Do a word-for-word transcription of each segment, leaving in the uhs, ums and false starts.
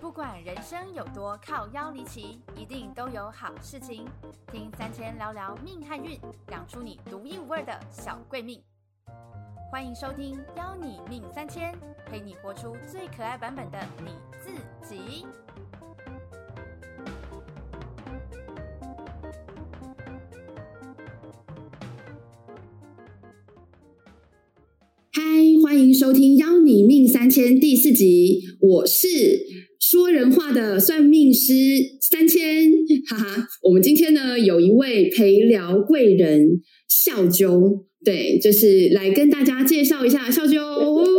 不管人生有多靠腰离奇，一定都有好事情。听三千聊聊命和运，养出你独一无二的小贵命。欢迎收听邀你命三千，陪你活出最可爱版本的你自己。 嗨，欢迎收听邀你命三千第四集，我是说人话的算命师三千，哈哈。我们今天呢有一位陪聊贵人笑啾，对，就是来跟大家介绍一下笑啾。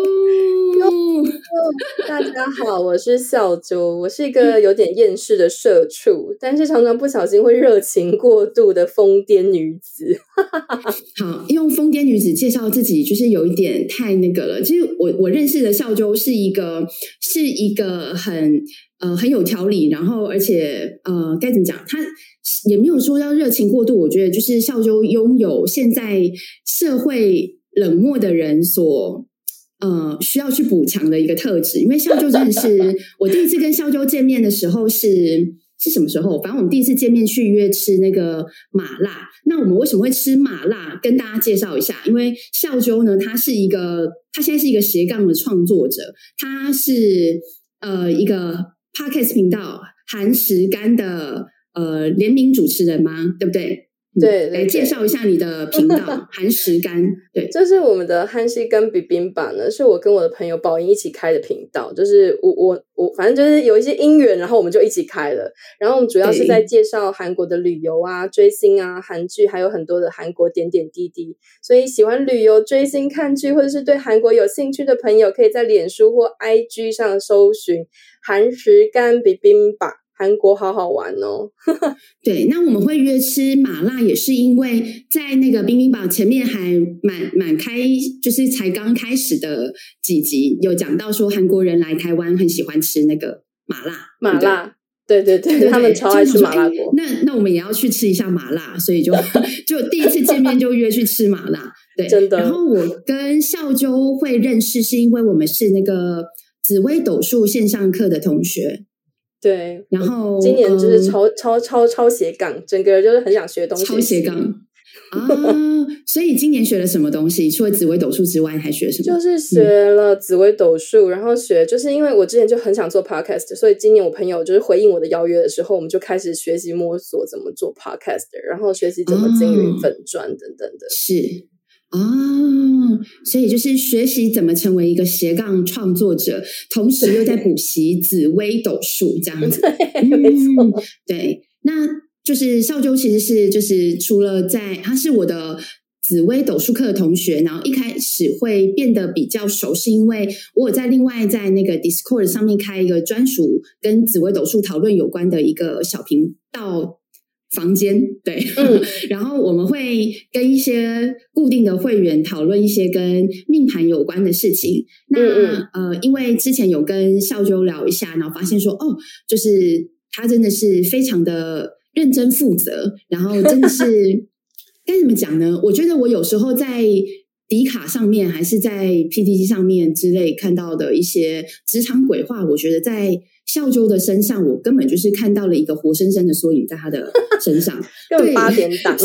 大家好，我是笑啾，我是一个有点厌世的社畜，但是常常不小心会热情过度的疯癫女子。 好，用疯癫女子介绍自己就是有一点太那个了。其实我我认识的笑啾是一个是一个很呃很有条理，然后而且呃该怎么讲，他也没有说要热情过度。我觉得就是笑啾拥有现在社会冷漠的人所呃需要去补强的一个特质。因为笑啾真的是我第一次跟笑啾见面的时候是是什么时候？反正我们第一次见面去约吃那个麻辣。那我们为什么会吃麻辣？跟大家介绍一下。因为笑啾呢，他是一个，他现在是一个斜杠的创作者，他是呃一个 podcast 频道韩食柑的呃联名主持人吗？对不对？ 对， 来介绍一下你的频道韩食柑。对， 这是我们的韩食柑比冰吧呢，是我跟我的朋友宝英一起开的频道，就是我我我反正就是有一些因缘，然后我们就一起开了。然后我们主要是在介绍韩国的旅游啊、追星啊、韩剧，还有很多的韩国点点滴滴。所以喜欢旅游、追星、看剧，或者是对韩国有兴趣的朋友，可以在脸书或 I G 上搜寻韩食柑比冰吧。韩国好好玩哦。 对，那我们会约吃麻辣，也是因为在那个冰冰堡前面还满满开，就是才刚开始的几集有讲到说韩国人来台湾很喜欢吃那个麻辣， 麻辣，对对 对, 对, 对, 对，他们超爱吃麻辣锅。 欸、那那我们也要去吃一下麻辣，所以就就第一次见面就约去吃麻辣，对， 真的。 然后我跟笑啾会认识，是因为我们是那个紫微斗数线上课的同学。 对， 然后今年就是超、嗯、超超超斜杠，整个人就是很想学东西。 超斜杠啊！所以今年学了什么东西？除了紫微斗数之外，还学什么？ 就是学了紫微斗数、嗯，然后学就是因为我之前就很想做 podcast， 所以今年我朋友就是回应我的邀约的时候，我们就开始学习摸索怎么做 podcast， 然后学习怎么经营粉专等等的。 是。哦，所以就是学习怎么成为一个斜杠创作者，同时又在补习紫微斗数这样子。 对，没错。 对，那就是笑啾其实是就是除了在他是我的紫微斗数课的同学，然后一开始会变得比较熟，是因为我有在另外在那个 Discord 上面开一个专属跟紫微斗数讨论有关的一个小频道。房间对、嗯，然后我们会跟一些固定的会员讨论一些跟命盘有关的事情。那、嗯、呃，因为之前有跟笑啾聊一下，然后发现说，哦，就是他真的是非常的认真负责，然后真的是该怎么讲呢？我觉得我有时候在迪卡上面还是在 P T T 上面之类看到的一些职场鬼话，我觉得在笑啾的身上，我根本就是看到了一个活生生的缩影在他的身上， 根本八点档。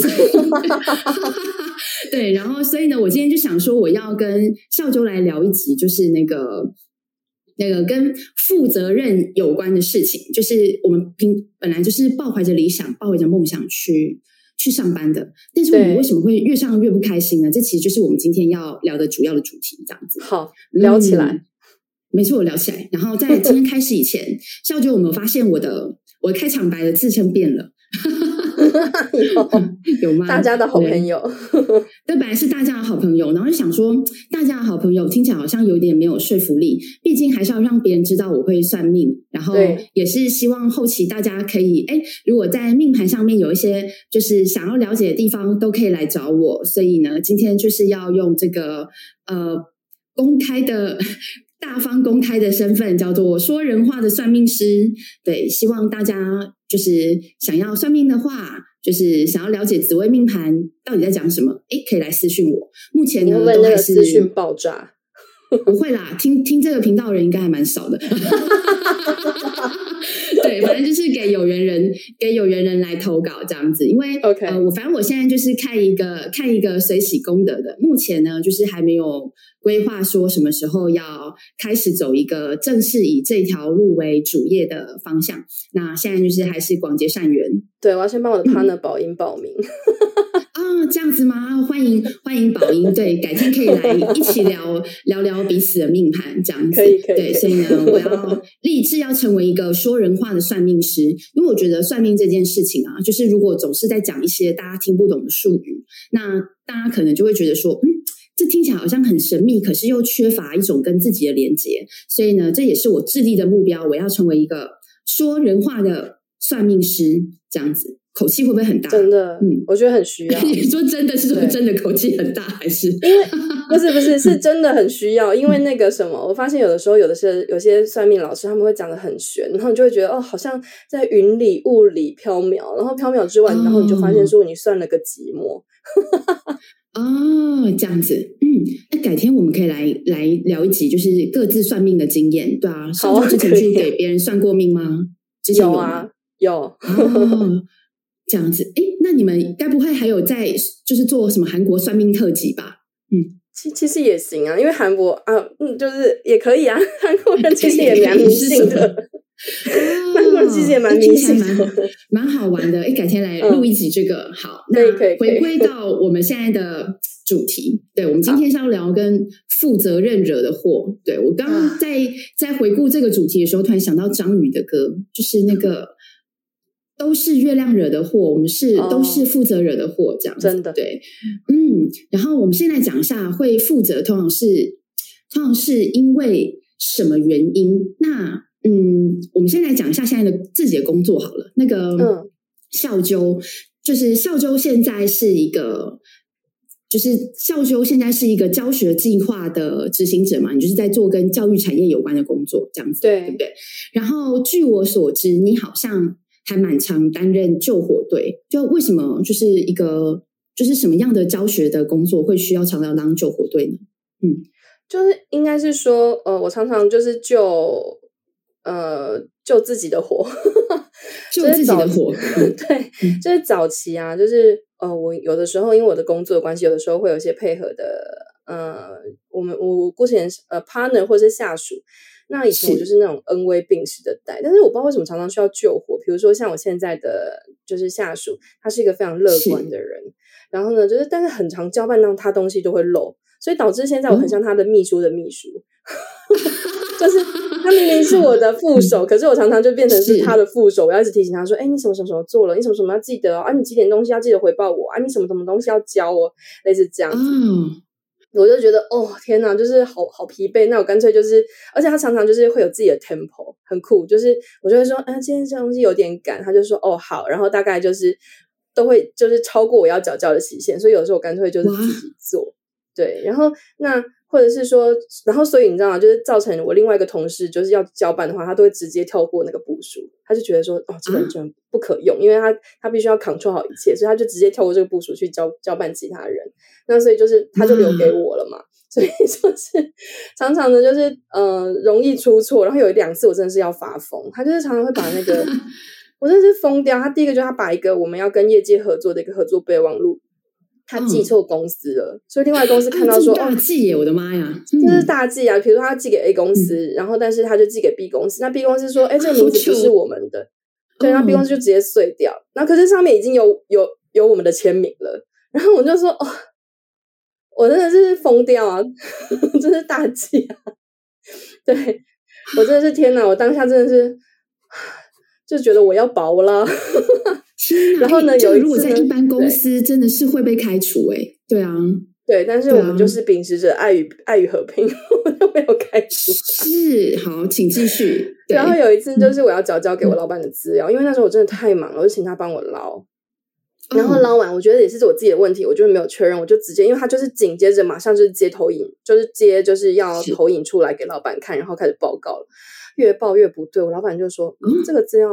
对，然后所以呢，我今天就想说，我要跟笑啾来聊一集，就是那个那个跟负责任有关的事情，就是我们平本来就是抱怀着理想、抱怀着梦想去去上班的，但是我们为什么会越上越不开心呢？这其实就是我们今天要聊的主要的主题，这样子。 好，聊起来。 嗯没错，我聊起来。然后在今天开始以前，笑啾有没有发现我的我的开场白的自称变了？有, 有吗？ 大家的好朋友， 对，本来是大家的好朋友，然后就想说，大家的好朋友听起来好像有点没有说服力，毕竟还是要让别人知道我会算命，然后也是希望后期大家可以，哎，如果在命盘上面有一些就是想要了解的地方，都可以来找我。所以呢，今天就是要用这个呃公开的。大方公开的身份叫做说人话的算命师，对，希望大家就是想要算命的话，就是想要了解紫微命盘到底在讲什么，诶，可以来私讯我。目前呢， 都还是私讯爆炸。 不会啦，听听这个频道的人应该还蛮少的。对，反正就是给有缘人，给有缘人来投稿这样子。因为 OK， 呃，我反正我现在就是看一个看一个随喜功德的，目前呢就是还没有规划说什么时候要开始走一个正式以这条路为主业的方向。那现在就是还是广结善缘。 对，我要先帮我的 partner 宝音报名。 啊、哦，这样子吗？欢迎欢迎宝音，对，改天可以来一起聊聊聊彼此的命盘，这样子。 可以可以。 对，所以呢，我要立志要成为一个说人话的算命师，因为我觉得算命这件事情啊，就是如果总是在讲一些大家听不懂的术语，那大家可能就会觉得说，嗯，这听起来好像很神秘，可是又缺乏一种跟自己的连结。所以呢，这也是我致力的目标，我要成为一个说人话的算命师，这样子。口气会不会很大？ 真的，嗯，我觉得很需要。 你说真的是说真的口气很大，还是因为不是不是是真的很需要？因为那个什么，我发现有的时候有的是有些算命老师他们会讲得很玄，然后你就会觉得哦，好像在云里雾里缥缈，然后缥缈之外，哦、然后你就发现说你算了个寂寞。 哦，这样子，嗯，那改天我们可以来来聊一集，就是各自算命的经验，对啊。 好啊， 之前去给别人算过命吗？之前有啊，有。 哦这样子，哎，那你们该不会还有在就是做什么韩国算命特辑吧？嗯， 其其实也行啊，因为韩国啊，嗯，就是也可以啊。韩国人其实也蛮迷信的，韩国人其实也蛮迷信的， 蛮好玩的。哎，改天来录一集这个，嗯、好， 那回归到我们现在的主题，对，我们今天是要聊跟负责任惹的祸。对，我刚刚在在回顾这个主题的时候，突然想到张宇的歌，就是那个。都是月亮惹的祸，我们是、哦、都是负责惹的祸，这样子真的对，嗯。然后我们现在讲一下，会负责通常是通常是因为什么原因？那嗯，我们先来讲一下现在的自己的工作好了。那个嗯， 校纠就是校纠，现在是一个。就是校纠现在是一个教学计划的执行者嘛，你就是在做跟教育产业有关的工作，这样子， 对对不对？然后据我所知，你好像还蛮常担任救火队，就为什么就是一个就是什么样的教学的工作会需要常常当救火队呢？嗯， 就是应该是说，呃，我常常就是救呃救自己的火， 救自己的火， 对，就是早期啊，就是呃，我有的时候因为我的工作的关系，有的时候会有一些配合的，呃，我们我姑且呃 partner 或者是下属。那以前我就是那种恩威并施的带，但是我不知道为什么常常需要救火。比如说像我现在的就是下属，他是一个非常乐观的人，然后呢，就是但是很常交办到他东西都会漏，所以导致现在我很像他的秘书的秘书，嗯、就是他明明是我的副手，可是我常常就变成是他的副手，我要一直提醒他说：“哎，你什么什么什么做了？你什么什么要记得哦？啊，你几点东西要记得回报我啊？你什么什么东西要教我？”类似这样子。 嗯我就觉得哦天哪，就是好好疲惫。那我干脆就是，而且他常常就是会有自己的 tempo， 很酷。就是我就会说，啊，今天这东西有点赶，他就说哦好，然后大概就是都会就是超过我要缴交的期限，所以有时候我干脆就是自己做。对，然后那或者是说，然后所以你知道吗？就是造成我另外一个同事就是要交办的话，他都会直接跳过那个步数，他就觉得说哦这个人真的不可用，因为他他必须要 control 好一切，所以他就直接跳过这个步数去交交办其他人。那所以就是他就留给我了嘛，嗯、所以就是常常的就是呃容易出错，然后有一两次我真的是要发疯，他就是常常会把那个我真的是疯掉。他第一个就是他把一个我们要跟业界合作的一个合作备忘录。他记错公司了，嗯、所以另外公司看到说， 啊、大忌耶！我的妈呀， 这是大忌啊！比如说他寄给 A 公司，嗯、然后但是他就寄给 B 公司，那 B 公司说，哎，这个名字不是我们的，对，那 B 公司就直接碎掉。那、嗯、可是上面已经有有有我们的签名了，然后我就说，哦，我真的是疯掉啊，这是大忌啊！对我真的是天哪，我当下真的是就觉得我要薄了。然后呢，有一次呢， 如果在一般公司真的是会被开除哎、欸，对啊， 对，但是我们就是秉持着爱与爱与和平，我就没有开除。 是，好，请继续。 然后有一次就是我要交交给我老板的资料，嗯、因为那时候我真的太忙了，我就请他帮我捞。然后捞完，我觉得也是我自己的问题，我就是没有确认，我就直接，因为他就是紧接着马上就是接投影，就是接就是要投影出来给老板看，然后开始报告了。越报越不对，我老板就说：“嗯，这个资料。”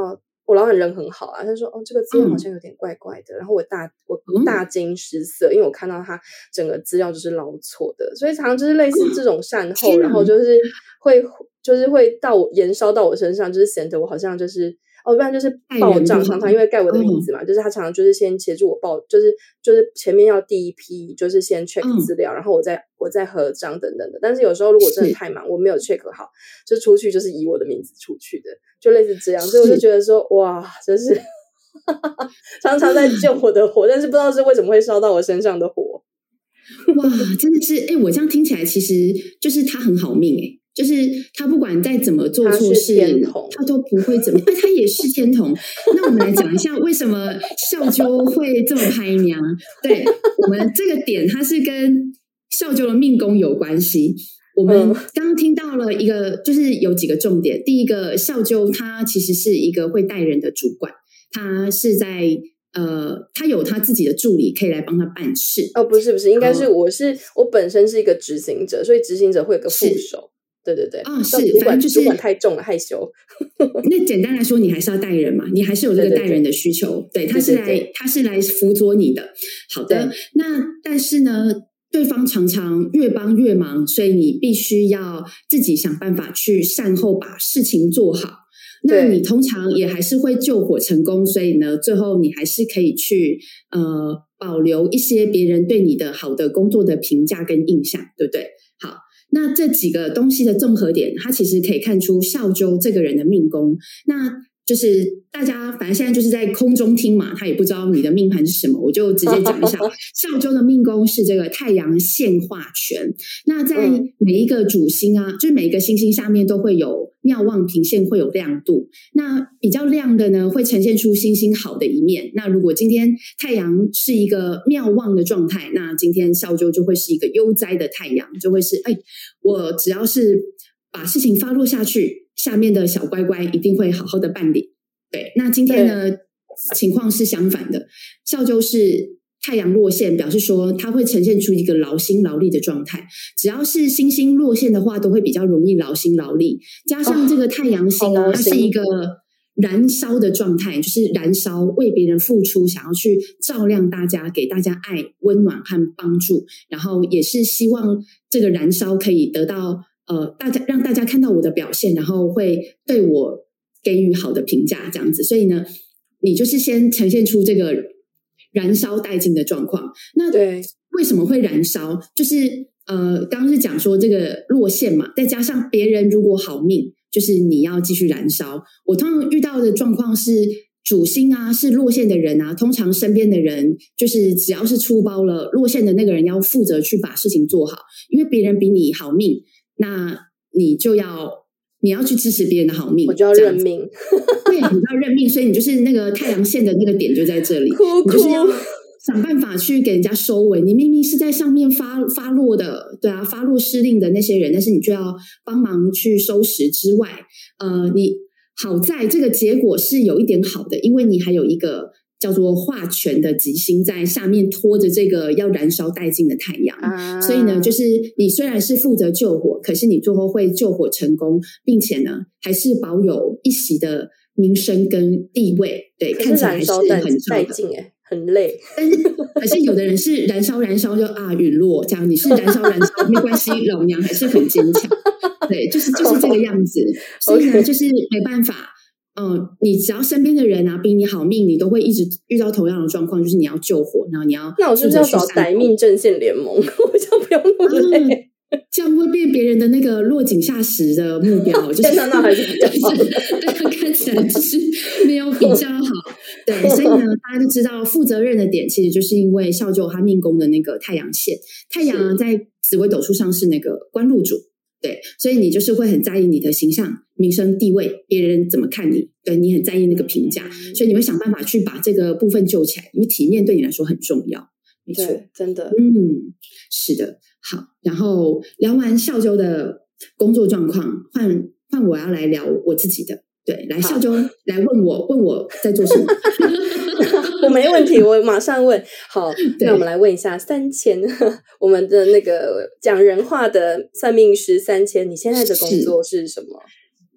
我老板人很好啊，他说哦这个资料好像有点怪怪的，嗯、然后我大我大惊失色，因为我看到他整个资料就是捞错的，所以常常就是类似这种善后，嗯、然后就是会就是会到我延烧到我身上，就是显得我好像就是哦，不然就是报账，常常因为盖我的名字嘛，嗯、就是他常常就是先协助我报，就是就是前面要第一批就是先 check 资料，嗯、然后我再我再核账等等的。但是有时候如果真的太忙，我没有 check 好，就出去就是以我的名字出去的，就类似这样。所以我就觉得说，哇，真是常常在救我的火，但是不知道是为什么会烧到我身上的火。 哇，真的是，哎、欸，我这样听起来，其实就是他很好命、欸，哎。就是他不管再怎么做错事，他都不会怎么，他也是天同。那我们来讲一下为什么孝周会这么拍娘？对，我们这个点它是跟孝周的命宫有关系。我们刚刚听到了一个，就是有几个重点。第一个，孝周他其实是一个会带人的主管，他是在呃，他有他自己的助理可以来帮他办事。 哦，不是不是，应该是我是我本身是一个执行者，所以执行者会有个副手。对对对， 啊、哦、是， 反正就是主管太重了，害羞。 那简单来说，你还是要带人嘛，你还是有这个带人的需求。对, 对, 对, 对，他是来对对对他是来辅佐你的。好的，那但是呢，对方常常越帮越忙，所以你必须要自己想办法去善后，把事情做好。那你通常也还是会救火成功，所以呢，最后你还是可以去呃保留一些别人对你的好的工作的评价跟印象，对不对？好。那这几个东西的综合点，它其实可以看出孝周这个人的命宫。那就是大家反正现在就是在空中听嘛，他也不知道你的命盘是什么，我就直接讲一下。孝周的命宫是这个太阳现化权。那在每一个主星啊，就是每一个星星下面都会有妙望平线，会有亮度。那比较亮的呢，会呈现出星星好的一面。那如果今天太阳是一个妙望的状态，那今天孝周就会是一个悠哉的太阳，就会是哎，我只要是把事情发落下去，下面的小乖乖一定会好好的办理。对，那今天呢情况是相反的，孝周是太阳落线，表示说它会呈现出一个劳心劳力的状态。只要是星星落线的话，都会比较容易劳心劳力。加上这个太阳星啊，它是一个燃烧的状态，就是燃烧，为别人付出，想要去照亮大家，给大家爱、温暖和帮助。然后也是希望这个燃烧可以得到呃大家让大家看到我的表现，然后会对我给予好的评价，这样子。所以呢，你就是先呈现出这个燃烧殆尽的状况。那对为什么会燃烧？就是呃，刚刚是讲说这个落线嘛，再加上别人如果好命，就是你要继续燃烧。我通常遇到的状况是主星啊，是落线的人啊，通常身边的人就是只要是出包了，落线的那个人要负责去把事情做好，因为别人比你好命，那你就要你要去支持别人的好命， 我就要认命。 对，你要认命，所以你就是那个太阳线的那个点就在这里， 哭哭你就是要想办法去给人家收尾。你明明是在上面发发落的，对啊，发落施令的那些人，但是你就要帮忙去收拾之外，呃，你好在这个结果是有一点好的，因为你还有一个叫做化权的吉星在下面拖着这个要燃烧殆尽的太阳，啊、所以呢，就是你虽然是负责救火，可是你最后会救火成功，并且呢，还是保有一席的名声跟地位。对，看起来还是很殆尽哎。很累， 但是可是有的人是燃烧燃烧就啊陨落，这样你是燃烧燃烧没关系，老娘还是很坚强。对，就是就是这个样子。所以呢， okay. 就是没办法，嗯、呃，你只要身边的人啊比你好命，你都会一直遇到同样的状况，就是你要救火，然后你要那我是不是要找歹命阵线联盟？我就不用那么累。嗯这样会变别人的那个落井下石的目标，就是那还是比较好的， 对，看起来就是没有比较好。对，所以呢，大家就知道负责任的点，其实就是因为孝周他命宫的那个太阳线，太阳在紫微斗数上是那个官禄主，对，所以你就是会很在意你的形象、名声、地位，别人怎么看你，对你很在意那个评价，嗯、所以你会想办法去把这个部分救起来，因为体面对你来说很重要。没错， 真的， 嗯，是的。好，然后聊完孝周的工作状况，换换我要来聊我自己的。对，来孝周来问我，问我在做什么。 我没问题，我马上问。好，那我们来问一下三千，我们的那个讲人话的算命师三千，你现在的工作是什么？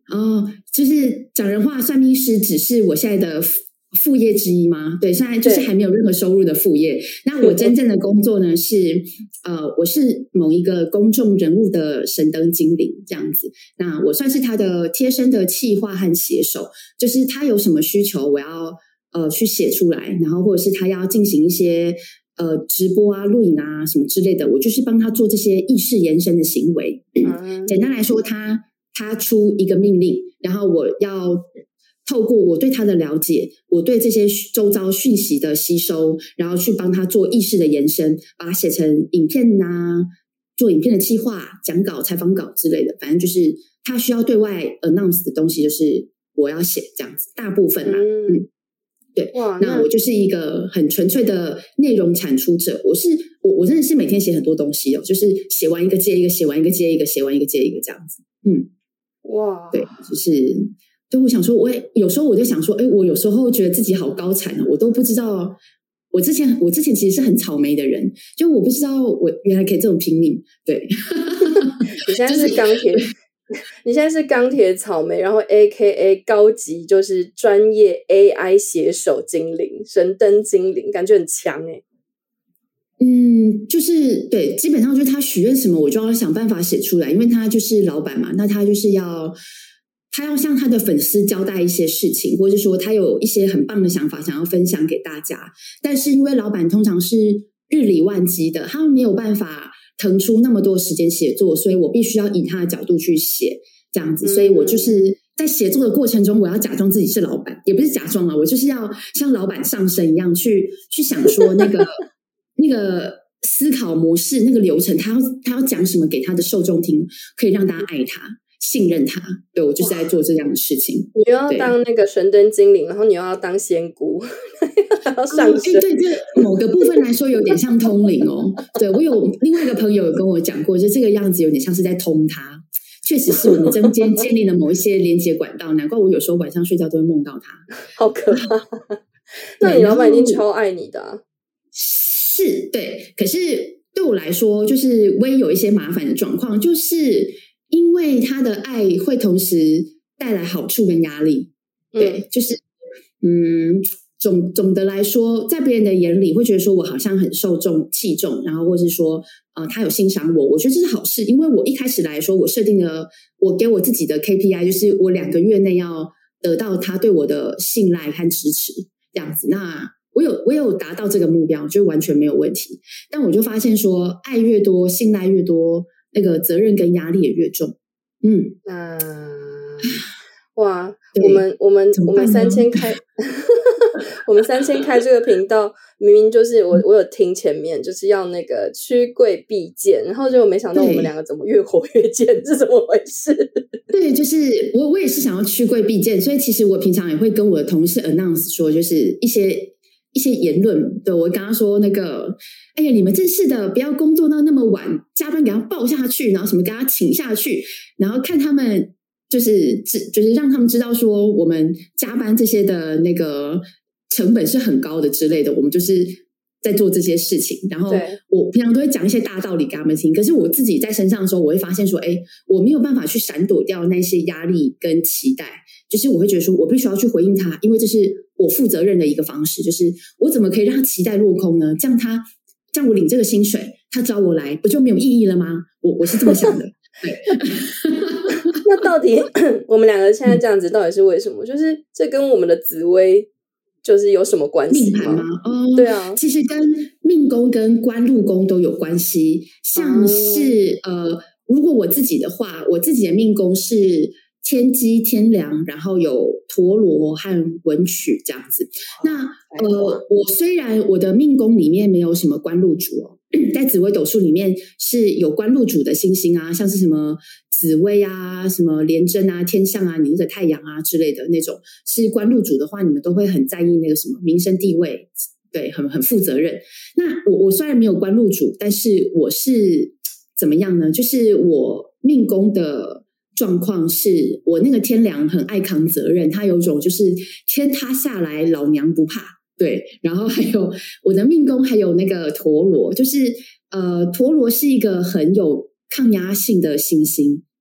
哦，就是讲人话算命师只是我现在的副业之一吗？对，现在就是还没有任何收入的副业。那我真正的工作呢是，呃，我是某一个公众人物的神灯精灵这样子。那我算是他的贴身的企划和写手，就是他有什么需求，我要呃去写出来，然后或者是他要进行一些呃直播啊、录影啊什么之类的，我就是帮他做这些意识延伸的行为。嗯、简单来说，他他出一个命令，然后我要透过我对他的了解，我对这些周遭讯息的吸收，然后去帮他做意识的延伸，把它写成影片啊，做影片的企划、讲稿、采访稿之类的，反正就是他需要对外 announce 的东西，就是我要写这样子，大部分啦，嗯。嗯对，那, 那我就是一个很纯粹的内容产出者。我是我，我真的是每天写很多东西哦，就是写完一个接一个，写完一个接一个，写完一个接一个这样子。嗯， 哇， 对，就是就我想说，我也有时候我就想说，哎，我有时候觉得自己好高产哦，我都不知道。我之前我之前其实是很草莓的人，就我不知道我原来可以这种拼命。对， 你现在是钢铁。就是你现在是钢铁草莓，然后 A K A 高级就是专业 A I 写手精灵、神灯精灵，感觉很强欸。 嗯，就是对，基本上就是他许愿什么，我就要想办法写出来，因为他就是老板嘛，那他就是要他要向他的粉丝交代一些事情，或者说他有一些很棒的想法想要分享给大家，但是因为老板通常是日理万机的，他们没有办法腾出那么多时间写作，所以我必须要以他的角度去写这样子，所以我就是在写作的过程中，我要假装自己是老板，也不是假装啊，我就是要像老板上身一样去去想说那个那个思考模式，那个流程，他要他要讲什么给他的受众听，可以让大家爱他、信任他。对，我就是在做这样的事情。 你又要当那个神灯精灵，然后你又要当仙姑，还要上身。 嗯、对，这某个部分来说有点像通灵哦。对，我有另外一个朋友有跟我讲过，就这个样子有点像是在通他。确实是我们中间建立了某一些连接管道，难怪我有时候晚上睡觉都会梦到他。 好可怕！那你老板一定超爱你的啊。 是，对。可是对我来说，就是我也有一些麻烦的状况，就是因为他的爱会同时带来好处跟压力。对，嗯、就是嗯。总总的来说，在别人的眼里会觉得说我好像很受重器重，然后或是说呃他有欣赏我，我觉得这是好事，因为我一开始来说，我设定了我给我自己的 K P I， 就是我两个月内要得到他对我的信赖和支持这样子。那我有我有达到这个目标，就完全没有问题。但我就发现说，爱越多，信赖越多，那个责任跟压力也越重。嗯， 那、呃、哇，我们我们我们三千开。我们三千开这个频道，明明就是我我有听前面就是要那个趋贵避贱，然后就没想到我们两个怎么越活越贱，是怎么回事？ 对，就是我我也是想要趋贵避贱，所以其实我平常也会跟我的同事 announce 说，就是一些一些言论，对，我跟他说那个，哎呀，你们真是的，不要工作到那么晚，加班给他报下去，然后什么给他请下去，然后看他们。就是就是让他们知道说我们加班这些的那个成本是很高的之类的，我们就是在做这些事情。然后我平常都会讲一些大道理给他们听，可是我自己在身上的时候，我会发现说，哎，我没有办法去闪躲掉那些压力跟期待，就是我会觉得说我必须要去回应他，因为这是我负责任的一个方式，就是我怎么可以让他期待落空呢？这样他这样我领这个薪水，他找我来不就没有意义了吗？我我是这么想的。对。 那到底我们两个现在这样子到底是为什么？就是这跟我们的紫微就是有什么关系吗？ 命盘吗？哦， 对啊， 其实跟命宫跟官禄宫都有关系。像是、嗯、呃，如果我自己的话，我自己的命宫是天机、天梁，然后有陀罗和文曲这样子。那呃，我虽然我的命宫里面没有什么官禄主哦，在紫微斗数里面是有官禄主的星星啊，像是什么紫微啊、什么廉贞啊、天象啊、你那个太阳啊之类的那种，是官禄主的话，你们都会很在意那个什么民生地位，对，很很负责任。那我我虽然没有官禄主，但是我是怎么样呢？就是我命宫的状况是我那个天梁很爱扛责任，他有种就是天塌下来老娘不怕。对，然后还有我的命宫还有那个陀罗，就是呃，陀罗是一个很有抗压性的星星。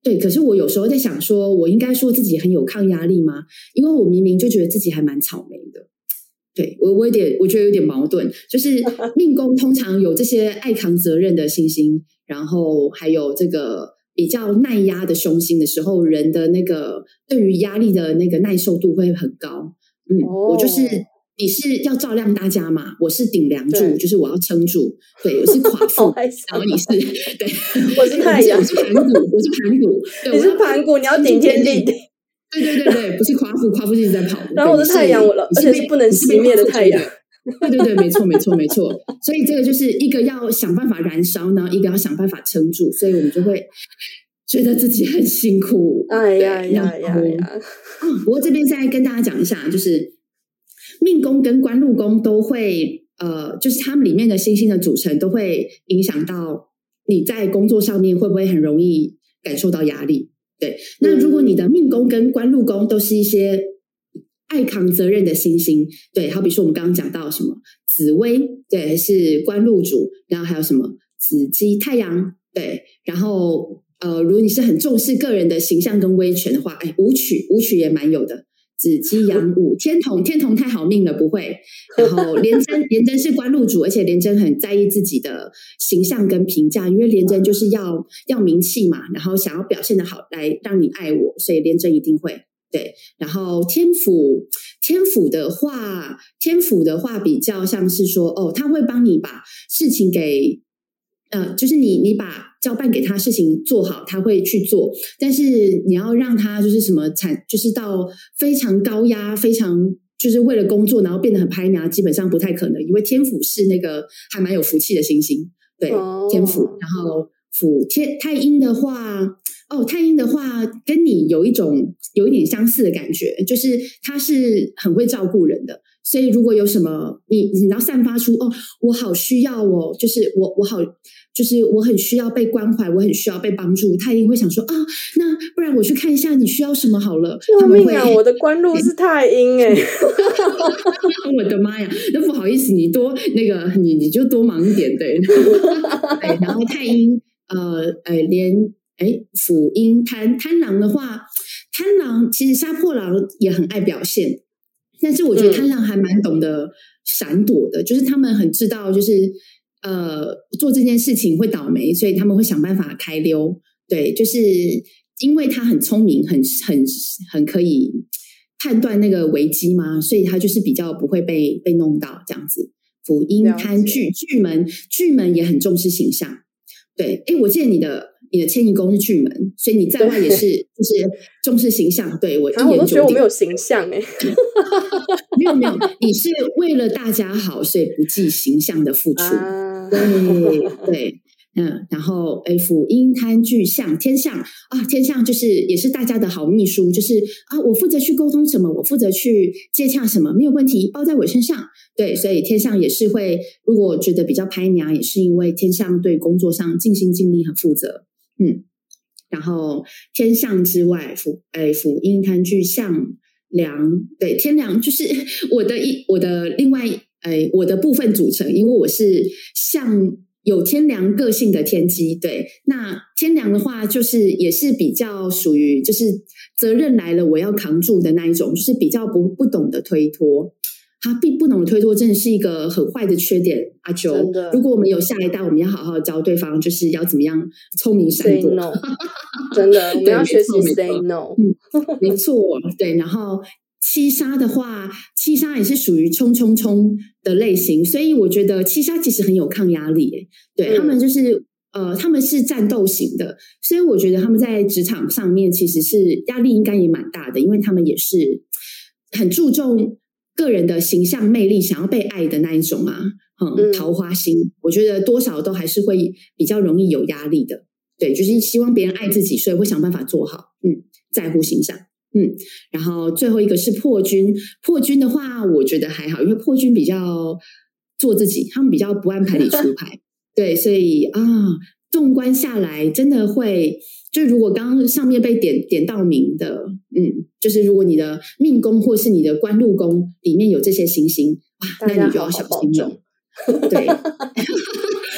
对，可是我有时候在想说，我应该说自己很有抗压力吗？因为我明明就觉得自己还蛮草莓的。对，我我有点，我觉得有点矛盾，就是命宫通常有这些爱扛责任的星星，然后还有这个比较耐压的凶星的时候，人的那个对于压力的那个耐受度会很高。嗯，哦、我就是你是要照亮大家嘛，我是顶梁柱，就是我要撑住。对，我是寡妇，然后你是对， 我是太阳， 我是盘古，我是盘古， 你是盘古，你要顶天立地。 对对对对，不是夸父，夸父是一直在跑。 然后我是太阳，我了，而且是不能熄灭的太阳。 对对对，没错没错没错。所以这个就是一个要想办法燃烧呢，一个要想办法撑住，所以我们就会觉得自己很辛苦。 哎呀呀呀呀！ 嗯，不过这边再跟大家讲一下，就是命宫跟官禄宫都会，呃，就是他们里面的星星的组成都会影响到你在工作上面会不会很容易感受到压力。对，那如果你的命宫跟官禄宫都是一些爱扛责任的星星，对，好比说我们刚刚讲到什么紫微，对，是官禄主，然后还有什么紫鸡太阳，对，然后呃，如果你是很重视个人的形象跟威权的话，哎，武曲武曲也蛮有的。紫鸡阳武天同天同太好命了，不会。然后廉贞廉贞是官禄主，而且廉贞很在意自己的形象跟评价，因为廉贞就是要要名气嘛，然后想要表现得好来让你爱我，所以廉贞一定会对。然后天府天府的话，天府的话比较像是说哦，他会帮你把事情给。呃，就是你你把交办给他事情做好，他会去做，但是你要让他就是什么产，就是到非常高压，非常就是为了工作，然后变得很拍苗，基本上不太可能，因为天府是那个还蛮有福气的星星，对，哦、天府，然后府天太阴的话，哦，太阴的话跟你有一种有一点相似的感觉，就是他是很会照顾人的。所以如果有什么你你要散发出哦我好需要哦，就是我我好就是我很需要被关怀，我很需要被帮助，他一定会想说啊，那不然我去看一下你需要什么好了。 救命啊！我的官禄是太阴哎、欸， 我的妈呀！那不好意思，你多那个你你就多忙一点对。对，然后太阴呃呃连哎辅阴贪贪狼的话，贪狼其实杀破狼也很爱表现。但是我觉得贪狼还蛮懂得闪躲的、嗯、就是他们很知道就是呃做这件事情会倒霉，所以他们会想办法开溜。对，就是因为他很聪明，很很很可以判断那个危机嘛，所以他就是比较不会被被弄到这样子。辅阴贪巨巨门，巨门也很重视形象。对，诶我记得你的你的迁移宫是巨门，所以你在外也是就是重视形象。对，我一言九鼎、啊、 我都觉得我没有形象哎、欸， 没有没有，你是为了大家好，所以不计形象的付出。啊、对对，嗯，然后诶，辅阴贪巨象天象啊，天象就是也是大家的好秘书，就是啊，我负责去沟通什么，我负责去接洽什么，没有问题，包在我身上。对，所以天象也是会，如果觉得比较拍娘，也是因为天象对工作上尽心尽力很负责。嗯，然后天象之外，辅诶辅阴贪巨象梁，对，天梁就是我的一我的另外诶我的部分组成，因为我是象有天梁个性的天机。对，那天梁的话就是也是比较属于就是责任来了我要扛住的那一种，就是比较不不懂得推脱。他并不懂得推脱，真的是一个很坏的缺点。阿九，如果我们有下一代，我们要好好教对方，就是要怎么样聪明闪躲。 no. 真的，我们要学习 say no。 嗯，没错，对。然后七杀的话，七杀也是属于冲冲冲的类型，所以我觉得七杀其实很有抗压力。对、嗯、他们就是呃，他们是战斗型的，所以我觉得他们在职场上面其实是压力应该也蛮大的，因为他们也是很注重个人的形象魅力，想要被爱的那一种啊，嗯，桃花心，我觉得多少都还是会比较容易有压力的。对，就是希望别人爱自己，所以会想办法做好，嗯，在乎形象，嗯。然后最后一个是破军，破军的话，我觉得还好，因为破军比较做自己，他们比较不按牌理出牌，对，所以啊，纵观下来，真的会。就如果刚刚上面被点点到名的，嗯，就是如果你的命宫或是你的官禄宫里面有这些星星，哇，那你就要小心了。对，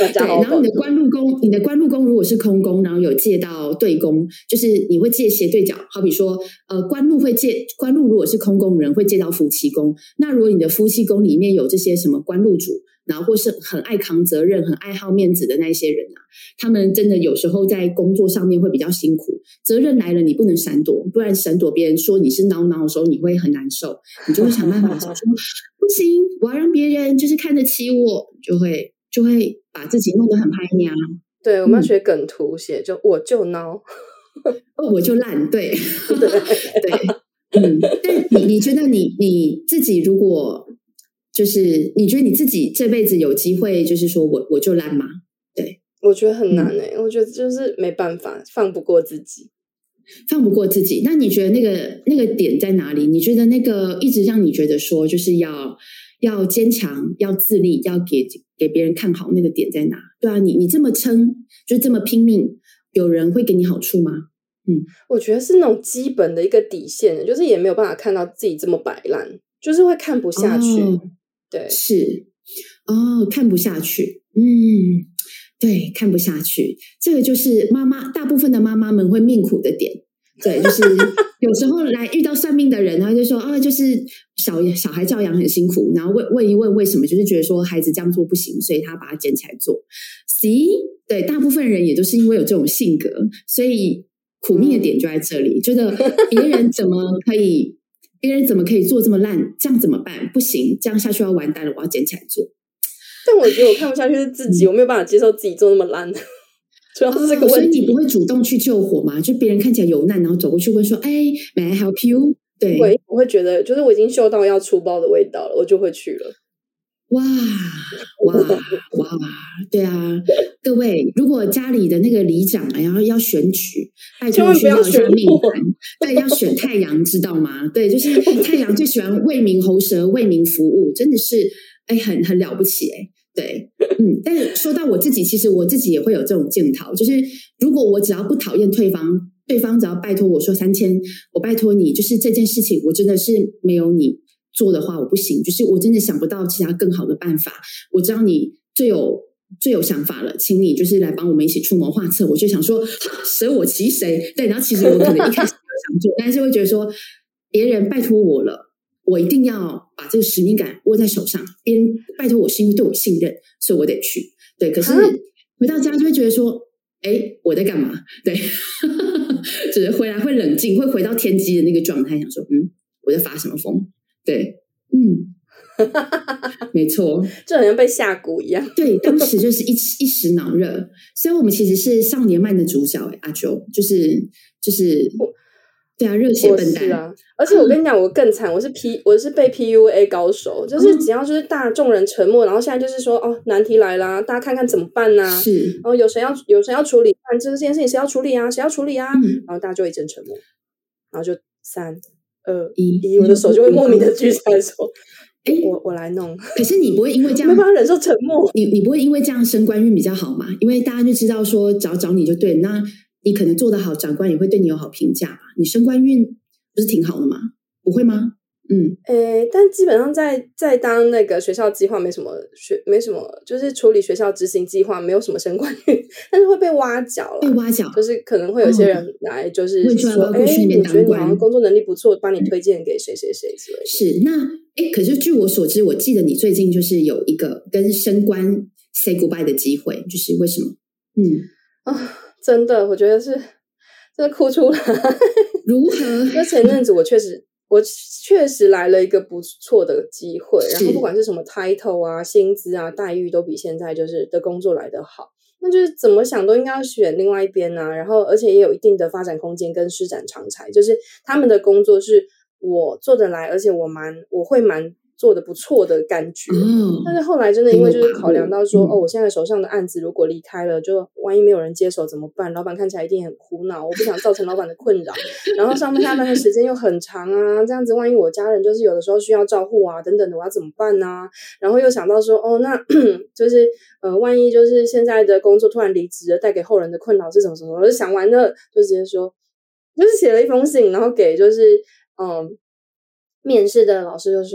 对，然后你的官禄宫，你的官禄宫如果是空宫，然后有借到对宫，就是你会借斜对角，好比说，呃，官禄会借官禄如果是空宫人会借到夫妻宫，那如果你的夫妻宫里面有这些什么官禄主，然后或是很爱扛责任、很爱好面子的那些人啊，他们真的有时候在工作上面会比较辛苦。责任来了，你不能闪躲，不然闪躲别人说你是孬孬的时候，你会很难受。你就会想办法说不行，我要让别人就是看得起我，就会就会把自己弄得很拍娘。 对，我们要学梗图写，嗯、就我就孬， 我就烂，对对对，嗯，但你你觉得你你自己如果就是你觉得你自己这辈子有机会，就是说我我就烂吗？对， 我觉得很难诶、欸嗯，我觉得就是没办法，放不过自己， 放不过自己。那你觉得那个那个点在哪里？你觉得那个一直让你觉得说就是要要坚强、要自立、要给给别人看好那个点在哪？对啊，你你这么撑，就这么拼命，有人会给你好处吗？嗯， 我觉得是那种基本的一个底线，就是也没有办法看到自己这么摆烂，就是会看不下去。哦、对， 是哦，看不下去，嗯，对，看不下去，这个就是妈妈大部分的妈妈们会命苦的点。对，就是有时候来遇到算命的人，然后就说啊，就是小小孩教养很辛苦，然后问问一问为什么，就是觉得说孩子这样做不行，所以他把它捡起来做。See， 对，大部分人也都是因为有这种性格，所以苦命的点就在这里，觉得别人怎么可以，别人怎么可以做这么烂，这样怎么办？不行，这样下去要完蛋了，我要捡起来做。 但我觉得我看不下去是自己，嗯、我没有办法接受自己做那么烂。主要是这个问题、 哦，所以你不会主动去救火吗？就别人看起来有难，然后走过去问说：“哎 ，May I help you？” 对， 我我会觉得，就是我已经嗅到要出包的味道了，我就会去了。 哇哇哇！对啊，各位，如果家里的那个里长啊，然后要选举，拜托需要一下命盘，对，要选太阳，知道吗？对，就是太阳最喜欢为民喉舌、为民服务，真的是哎，很很了不起哎。对，嗯，但是说到我自己，其实我自己也会有这种检讨，就是如果我只要不讨厌对方，对方只要拜托我说三千，我拜托你，就是这件事情我真的是没有你做的话我不行，就是我真的想不到其他更好的办法。我知道你最有最有想法了，请你就是来帮我们一起出谋划策。我就想说舍我其谁？对，然后其实我可能一开始没有想做，但是会觉得说别人拜托我了。我一定要把这个使命感握在手上，别人拜托我是因为对我信任，所以我得去。对，可是回到家就会觉得说，哎，我在干嘛？对，只是回来会冷静，会回到天机的那个状态，想说，嗯，我在发什么疯？对，嗯，没错， 就好像被下蛊一样。 对，当时就是一一时脑热，所以我们其实是少年漫的主角，哎，阿周，就是就是。对啊，热血笨蛋啊！而且我跟你讲，我更惨，我是 P， 我是被 P U A 高手，就是只要就是大众人沉默，然后现在就是说哦，难题来啦，大家看看怎么办啊？ 是， 然后有谁要有谁要处理？这这件事情谁要处理啊？谁要处理啊？嗯、然后大家就一阵沉默，然后就三二一，我的手就会莫名的举起来说：“哎，我我来弄。” 可是你不会因为这样没办法忍受沉默， 你你不会因为这样升官运比较好嘛？因为大家就知道说只要找你就对，那你可能做得好，长官也会对你有好评价嘛。你升官运不是挺好的吗？不会吗？嗯， 诶，但基本上在在当那个学校计划没什么学没什么，就是处理学校执行计划没有什么升官运，但是会被挖角了， 被挖角， 就是可能会有些人来就是说，哎、 哦， 你觉得你好像工作能力不错，帮你推荐给谁谁谁之类的。 是，那哎，可是据我所知，我记得你最近就是有一个跟升官 say goodbye 的机会，就是为什么？嗯啊，真的，我觉得是真的哭出来。 如何？ 因为前阵子我确实。我确实来了一个不错的机会，然后不管是什么 title 啊、薪资啊、待遇都比现在就是的工作来得好，那就是怎么想都应该要选另外一边啊。然后而且也有一定的发展空间跟施展长才，就是他们的工作是我做得来，而且我蛮我会蛮做得不错的感觉。嗯，但是后来真的因为就是考量到说，嗯、哦，我现在手上的案子如果离开了，就万一没有人接手怎么办？老板看起来一定很苦恼，我不想造成老板的困扰。然后上班下班的时间又很长啊，这样子万一我家人就是有的时候需要照顾啊，等等的，我要怎么办呢、啊？然后又想到说，哦，那就是呃，万一就是现在的工作突然离职了，带给后人的困扰是什么什么？我就想完了，就直接说，就是写了一封信，然后给就是嗯。面试的老师就说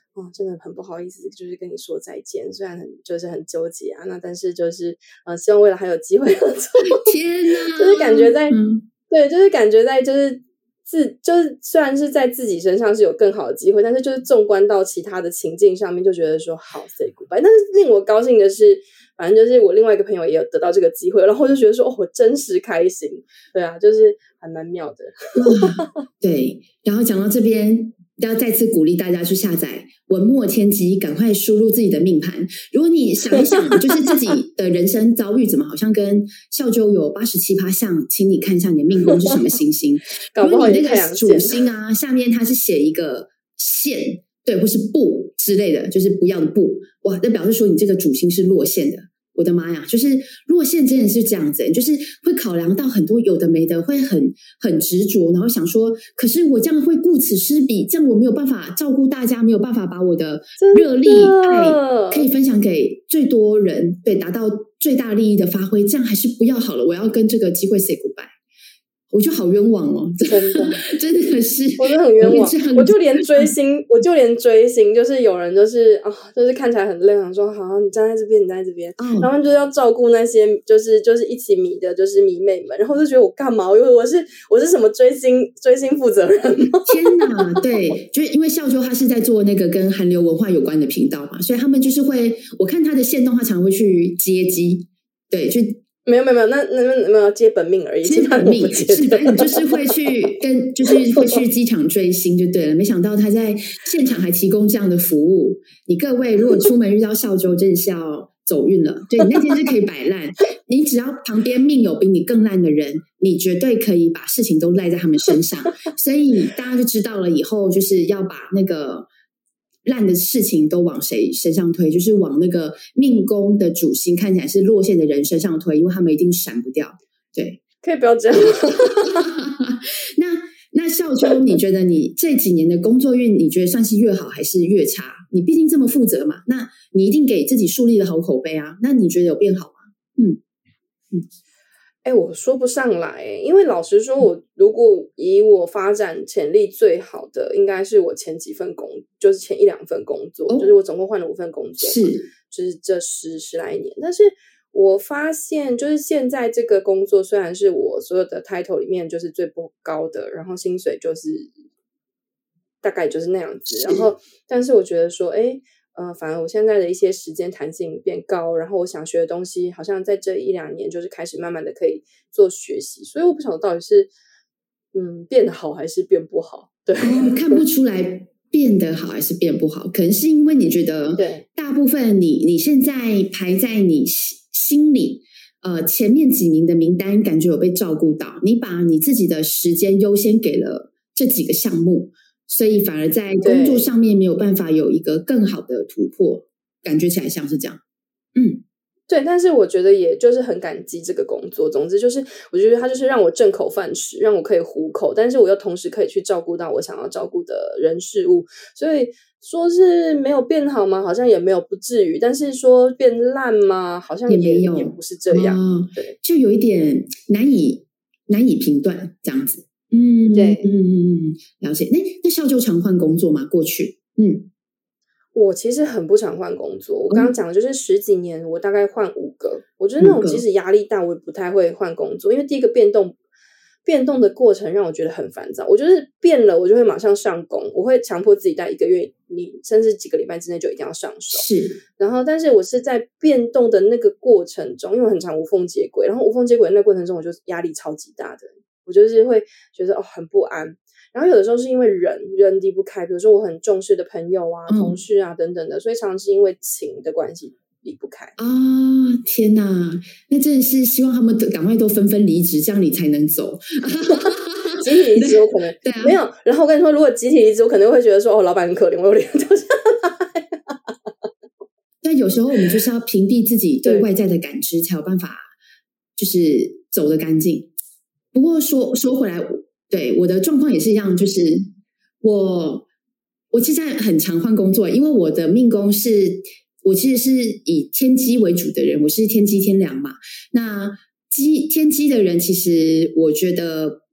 哦，真的很不好意思，就是跟你说再见，虽然很就是很纠结啊，那但是就是呃，希望未来还有机会合作。 天哪， 就是感觉在、 嗯、 对，就是感觉在就是自就是虽然是在自己身上是有更好的机会，但是就是纵观到其他的情境上面，就觉得说好 say goodbye。但是令我高兴的是，反正就是我另外一个朋友也有得到这个机会，然后就觉得说哦，我真实开心。对啊，就是还蛮妙的。 对，然后讲到这边。要再次鼓励大家去下载文墨天机，赶快输入自己的命盘。如果你想一想，就是自己的人生遭遇怎么好像跟孝周有八十七趴像，请你看一下你的命宫是什么星星。 搞不好你那个主星啊，下面它是写一个线，对，或是不之类的，就是不要的不，哇，那表示说你这个主星是落线的。我的妈呀，就是落线真的是这样子、欸、就是会考量到很多有的没的，会很很执着，然后想说可是我这样会顾此失彼，这样我没有办法照顾大家，没有办法把我的热力爱可以分享给最多人，对，达到最大利益的发挥，这样还是不要好了，我要跟这个机会 say goodbye。我就好冤枉哦， 真的， 真的是， 我真的很冤枉。我就连追星，我就连追星，就是有人就是啊、哦，就是看起来很累，想说好，你站在这边，你站在这边，哦、然后就要照顾那些就是就是一起迷的，就是迷妹们，然后就觉得我干嘛？因为我是我是什么追星追星负责人吗？ 天哪，对，就是因为孝周他是在做那个跟韩流文化有关的频道嘛，所以他们就是会，我看他的限动，他常会去接机，对，就。 没有没有没有，那那那没有接本命而已， 接本命是，反正你就是会去跟，就是会去机场追星就对了。没想到他在现场还提供这样的服务。你各位如果出门遇到孝周，真的是要走运了。对，你那天是可以摆烂，你只要旁边命有比你更烂的人，你绝对可以把事情都赖在他们身上。所以大家就知道了，以后就是要把那个。烂的事情都往谁身上推，就是往那个命宫的主星看起来是落线的人身上推，因为他们一定闪不掉。对， 可以不要这样。 那那孝周，你觉得你这几年的工作运，你觉得算是越好还是越差？你毕竟这么负责嘛，那你一定给自己树立了好口碑啊。那你觉得有变好吗？嗯嗯。 哎，我说不上来，因为老实说，我如果以我发展潜力最好的，应该是我前几份工，就是前一两份工作，哦、就是我总共换了五份工作， 是， 就是这十十来年。但是我发现，就是现在这个工作虽然是我所有的 title 里面就是最不高的，然后薪水就是大概就是那样子，然后，但是我觉得说，哎。呃，反而我现在的一些时间弹性变高，然后我想学的东西好像在这一两年就是开始慢慢的可以做学习，所以我不晓得到底是嗯变得好还是变不好。对， 哦、看不出来变得好还是变不好，可能是因为你觉得对大部分你你现在排在你心里呃前面几名的名单，感觉有被照顾到，你把你自己的时间优先给了这几个项目。所以反而在工作上面没有办法有一个更好的突破，感觉起来像是这样。嗯， 对，但是我觉得也就是很感激这个工作。总之就是，我觉得它就是让我挣口饭吃，让我可以糊口，但是我又同时可以去照顾到我想要照顾的人事物。所以说是没有变好吗？好像也没有，不至于。但是说变烂吗？好像 也, 也没有， 也不是这样。 哦、 对， 就有一点难以难以评断这样子。嗯， 对， 嗯嗯嗯，了解。那那孝周常换工作吗？过去，嗯， 我其实很不常换工作。我刚刚讲的就是十几年，我大概换五个。我觉得那种即使压力大，我也不太会换工作，因为第一个变动，变动的过程让我觉得很烦躁。我就是变了，我就会马上上工，我会强迫自己在一个月，你甚至几个礼拜之内就一定要上手。 是， 然后，但是我是在变动的那个过程中，因为我很常无缝接轨，然后无缝接轨的那个过程中，我就压力超级大的。我就是会觉得哦很不安，然后有的时候是因为人人离不开，比如说我很重视的朋友啊、嗯、同事啊等等的，所以常常是因为情的关系离不开啊！天哪，那真的是希望他们赶快都纷纷离职，这样你才能走。 集体离职我可能对、啊、 没有，然后我跟你说，如果集体离职，我可能会觉得说哦，老板很可怜，我有脸掉下来。 但有时候我们就是要屏蔽自己对外在的感知，才有办法就是走得干净。不过说说回来，对我的状况也是一样，就是我我其实很常换工作，因为我的命宫是我其实是以天机为主的人，我是天机天梁嘛。那机天机的人，其实我觉得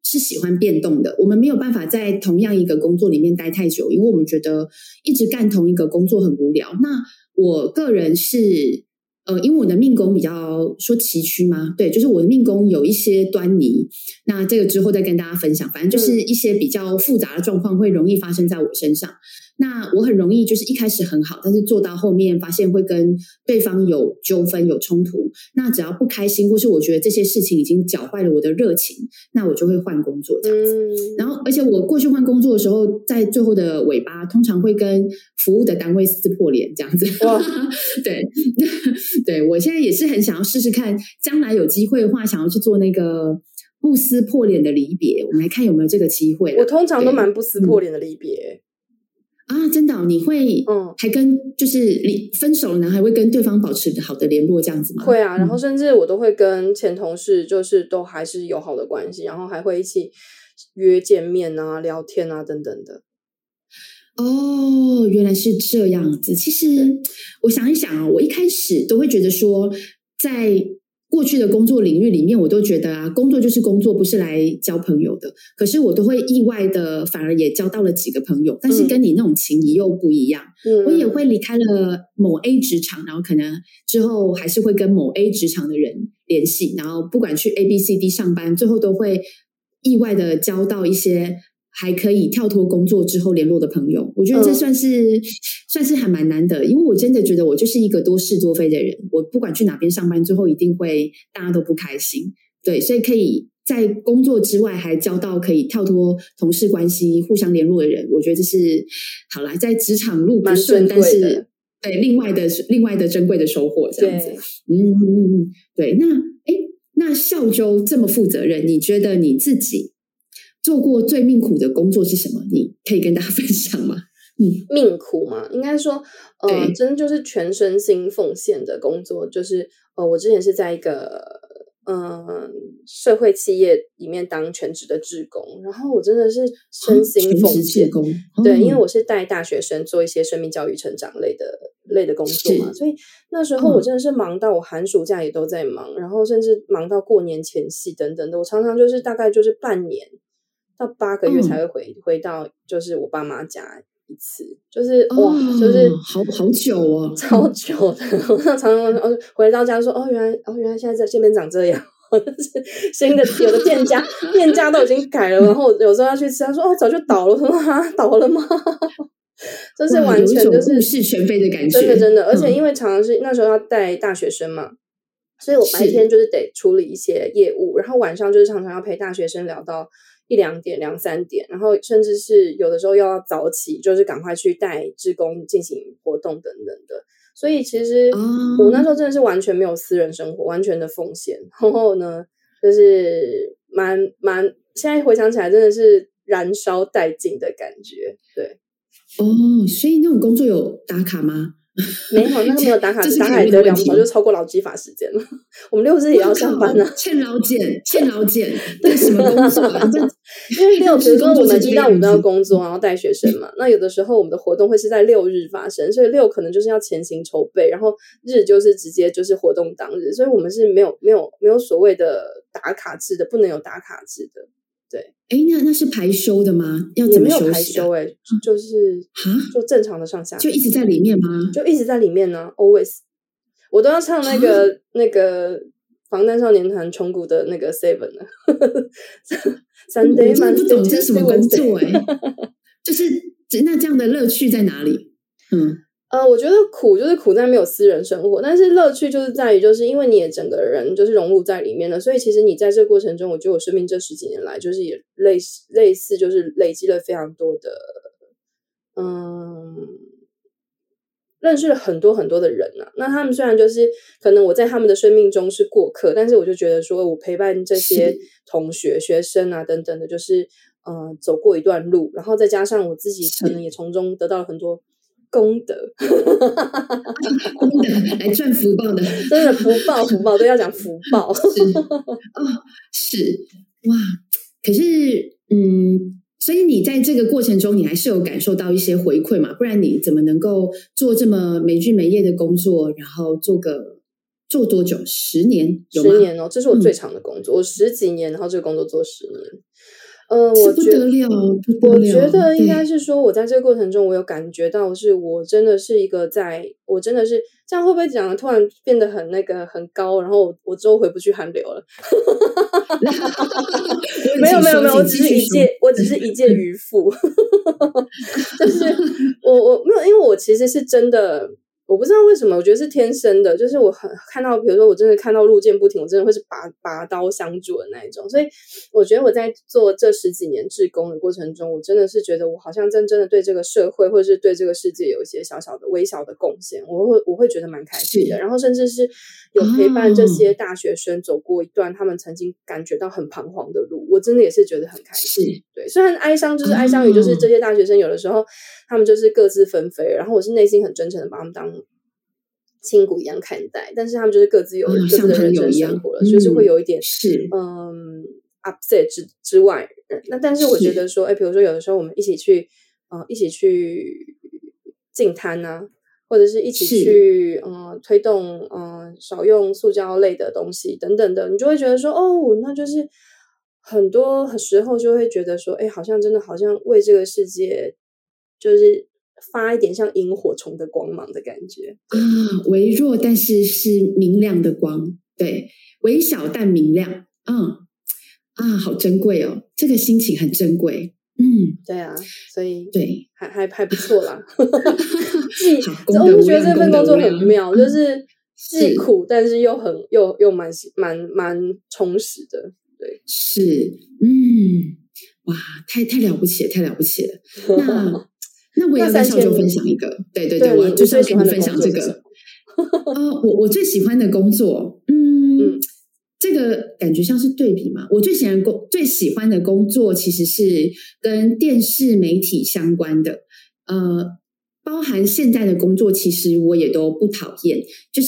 是喜欢变动的，我们没有办法在同样一个工作里面待太久，因为我们觉得一直干同一个工作很无聊。那我个人是呃，因为我的命宫比较说崎岖吗？对，就是我的命宫有一些端倪，那这个之后再跟大家分享。反正就是一些比较复杂的状况会容易发生在我身上。那我很容易就是一开始很好，但是做到后面发现会跟对方有纠纷有冲突，那只要不开心或是我觉得这些事情已经搅坏了我的热情，那我就会换工作这样子、嗯、然后而且我过去换工作的时候，在最后的尾巴通常会跟服务的单位撕破脸这样子对对，我现在也是很想要试试看，将来有机会的话想要去做那个不撕破脸的离别，我们来看有没有这个机会。 我通常都蛮不撕破脸的离别、 嗯、啊，真的、哦、你会嗯，还跟就是分手了呢，还会跟对方保持好的联络这样子吗？ 会啊，然后甚至我都会跟前同事就是都还是友好的关系，然后还会一起约见面啊聊天啊等等的。 哦，原来是这样子。其实我想一想啊，我一开始都会觉得说，在过去的工作领域里面，我都觉得啊，工作就是工作，不是来交朋友的。可是我都会意外的，反而也交到了几个朋友，但是跟你那种情谊又不一样。嗯，我也会离开了某 A 职场，然后可能之后还是会跟某 A 职场的人联系，然后不管去 A、B、C、D 上班，最后都会意外的交到一些还可以跳脱工作之后联络的朋友。我觉得这算是、嗯、算是还蛮难的，因为我真的觉得我就是一个多事多非的人，我不管去哪边上班，最后一定会大家都不开心。对，所以可以在工作之外还交到可以跳脱同事关系互相联络的人，我觉得这是好啦，在职场路不顺，但是对另外的另外的珍贵的收获这样子。嗯，对。那诶那孝周这么负责任，你觉得你自己做过最命苦的工作是什么？你可以跟大家分享吗？嗯， 命苦嘛，应该说呃，真的就是全身心奉献的工作。就是呃，我之前是在一个嗯、呃、社会企业里面当全职的志工，然后我真的是身心奉献、哦哦、对，因为我是带大学生做一些生命教育成长类的类的工作嘛，所以那时候我真的是忙到我寒暑假也都在忙、嗯、然后甚至忙到过年前夕等等的，我常常就是大概就是半年到八个月才会回、嗯、回到就是我爸妈家一次，就是哇、哦、就是好好久哦， 超久的。我常常回到家说哦原来哦原来现在这边长这样，就是新的有的店家店家都已经改了，然后有时候要去吃，他说哦早就倒了，我说啊倒了吗？就是完全就是物是全非的感觉， 真的真的。而且因为常常是那时候要带大学生嘛，所以我白天就是得处理一些业务，然后晚上就是常常要陪大学生聊到一两点两三点，然后甚至是有的时候又要早起，就是赶快去带志工进行活动等等的。所以其实我那时候真的是完全没有私人生活，完全的奉献。然后呢就是蛮蛮现在回想起来真的是燃烧殆尽的感觉。对哦，所以那种工作有打卡吗？ 没有，那个没有打卡，打卡也得两早就超过劳基法时间了。我们六日也要上班啊， 欠劳检，欠劳检，对什么工作、啊？ 因为六，比如说我们一到五都要工作，然后带学生嘛。那有的时候我们的活动会是在六日发生，所以六可能就是要前行筹备，然后日就是直接就是活动当日，所以我们是没有没有没有所谓的打卡制的，不能有打卡制的。对， 哎，那那是排休的吗？要怎么休息、啊？ 也没有排休、欸，哎，就是就正常的上下， 就一直在里面吗？ 就一直在里面呢、啊、，always。我都要唱那个那个防弹少年团重谷的那个 Seven 了。Sunday 我真的不懂这是什么工作哎、欸，就是那这样的乐趣在哪里？嗯。 呃，我觉得苦就是苦在没有私人生活，但是乐趣就是在于，就是因为你也整个人就是融入在里面了，所以其实你在这个过程中，我觉得我生命这十几年来，就是也类似类似，就是累积了非常多的，嗯，认识了很多很多的人啊。那他们虽然就是可能我在他们的生命中是过客，但是我就觉得说我陪伴这些同学、学生啊等等的，就是呃走过一段路，然后再加上我自己可能也从中得到了很多功德功德来赚福报的， 真的福报福报都要讲福报是哦，是哇。可是嗯，所以你在这个过程中你还是有感受到一些回馈嘛？不然你怎么能够做这么没日没夜的工作，然后做个做多久？十年有吗？ 十年哦，这是我最长的工作、嗯、我十几年，然后这个工作做十年。 呃，我不得了，不得了。 我觉得应该是说，我在这个过程中，我有感觉到，是我真的是一个在，我真的是这样会不会讲的突然变得很那个很高，然后我我之后回不去韩流了。没有没有没有，我只是一介，我只是一介渔夫。就是我我没有，因为我其实是真的。我不知道为什么，我觉得是天生的，就是我很看到，比如说我真的看到路见不停，我真的会是拔拔刀相助的那一种。所以我觉得我在做这十几年志工的过程中，我真的是觉得我好像真正的对这个社会或者是对这个世界有一些小小的微小的贡献，我会我会觉得蛮开心的。然后甚至是有陪伴这些大学生走过一段他们曾经感觉到很彷徨的路，我真的也是觉得很开心。对，虽然哀伤就是哀伤于就是这些大学生有的时候他们就是各自纷飞，然后我是内心很真诚的把他们当亲骨一样看待，但是他们就是各自有各自的人生生活了，嗯、就是会有一点是嗯 upset 之之外，那但是我觉得说，哎，比如说有的时候我们一起去呃一起去净滩啊，或者是一起去呃推动呃少用塑胶类的东西等等的，你就会觉得说，哦，那就是很多时候就会觉得说，哎，好像真的好像为这个世界就是发一点像萤火虫的光芒的感觉啊，微弱但是是明亮的光，对，微小但明亮，嗯啊，好珍贵哦，这个心情很珍贵，嗯， 对啊，所以对， 还还还不错啦。既好， 我就觉得这份工作很妙，就是既苦但是又很又又蛮蛮蛮充实的，对， 是，嗯，哇，太太了不起了，太了不起了，那。那我也要跟少秋分享一个，对对对，我就是要跟你分享这个。呃，我我最喜欢的工作，嗯，嗯这个感觉像是对比嘛。我最喜欢工最喜欢的工作其实是跟电视媒体相关的，呃，包含现在的工作，其实我也都不讨厌，就是。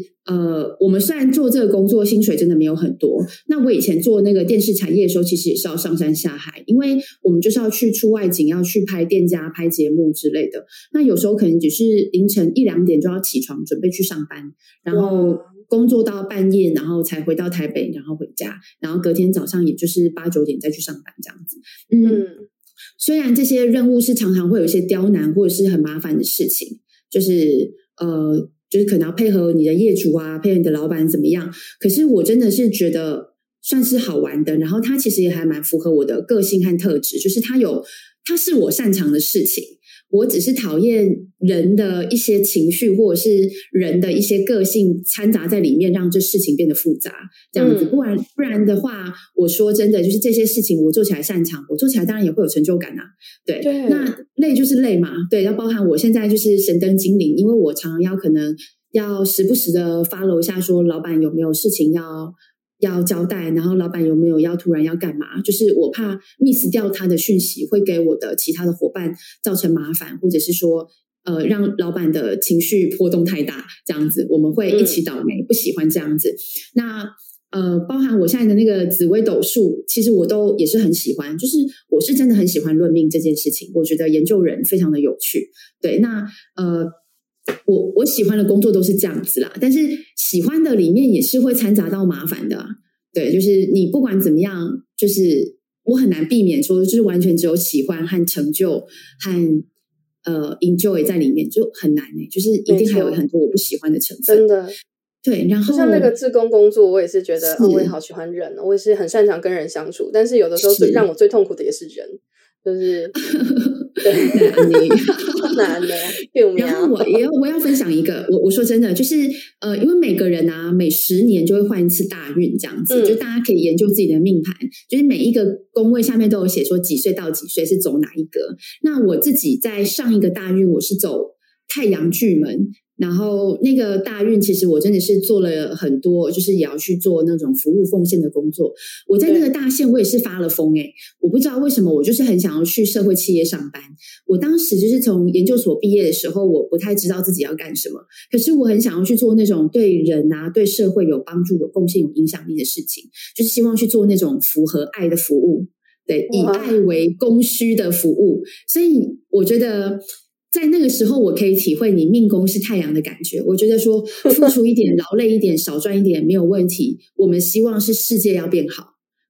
呃，我们虽然做这个工作薪水真的没有很多，那我以前做那个电视产业的时候，其实也是要上山下海，因为我们就是要去出外景，要去拍店家、拍节目之类的。那有时候可能只是凌晨一两点就要起床准备去上班，然后工作到半夜，然后才回到台北，然后回家，然后隔天早上也就是八九点再去上班这样子。嗯，嗯虽然这些任务是常常会有一些刁难或者是很麻烦的事情，就是呃。就是可能要配合你的业主啊，配合你的老板怎么样？可是我真的是觉得算是好玩的，然后它其实也还蛮符合我的个性和特质，就是它有，它是我擅长的事情。我只是讨厌人的一些情绪或者是人的一些个性掺杂在里面，让这事情变得复杂这样子。不然不然的话，我说真的，就是这些事情我做起来擅长，我做起来当然也会有成就感啊。对，对那累就是累嘛。对，要包含我现在就是神灯精灵，因为我常常要可能要时不时的 follow 一下，说老板有没有事情要。要交代，然后老板有没有要突然要干嘛？就是我怕 miss 掉他的讯息，会给我的其他的伙伴造成麻烦，或者是说，呃，让老板的情绪波动太大，这样子我们会一起倒霉，嗯、不喜欢这样子。那呃，包含我现在的那个紫微斗数，其实我都也是很喜欢，就是我是真的很喜欢论命这件事情，我觉得研究人非常的有趣。对，那呃。我我喜欢的工作都是这样子啦，但是喜欢的里面也是会掺杂到麻烦的啊。对，就是你不管怎么样，就是我很难避免说，就是完全只有喜欢和成就和呃 enjoy 在里面，就很难诶、欸，就是一定还有很多我不喜欢的成分。真的，对，然后就像那个志工工作，我也是觉得，哦，我也好喜欢人，我也是很擅长跟人相处，但是有的时候最让我最痛苦的也是人。就是对难的， 然后我也要我要分享一个，我我说真的，就是呃，因为每个人啊，每十年就会换一次大运，这样子，嗯、就大家可以研究自己的命盘，就是每一个宫位下面都有写说几岁到几岁是走哪一个。那我自己在上一个大运，我是走太阳巨门。然后那个大运其实我真的是做了很多，就是也要去做那种服务奉献的工作。我在那个大限我也是发了疯诶，我不知道为什么我就是很想要去社会企业上班。我当时就是从研究所毕业的时候，我不太知道自己要干什么，可是我很想要去做那种对人啊、对社会有帮助、有贡献、有影响力的事情，就是希望去做那种符合爱的服务，对，以爱为供需的服务。所以我觉得在那个时候我可以体会你命宫是太阳的感觉，我觉得说付出一点劳累一点少赚一点没有问题，我们希望是世界要变好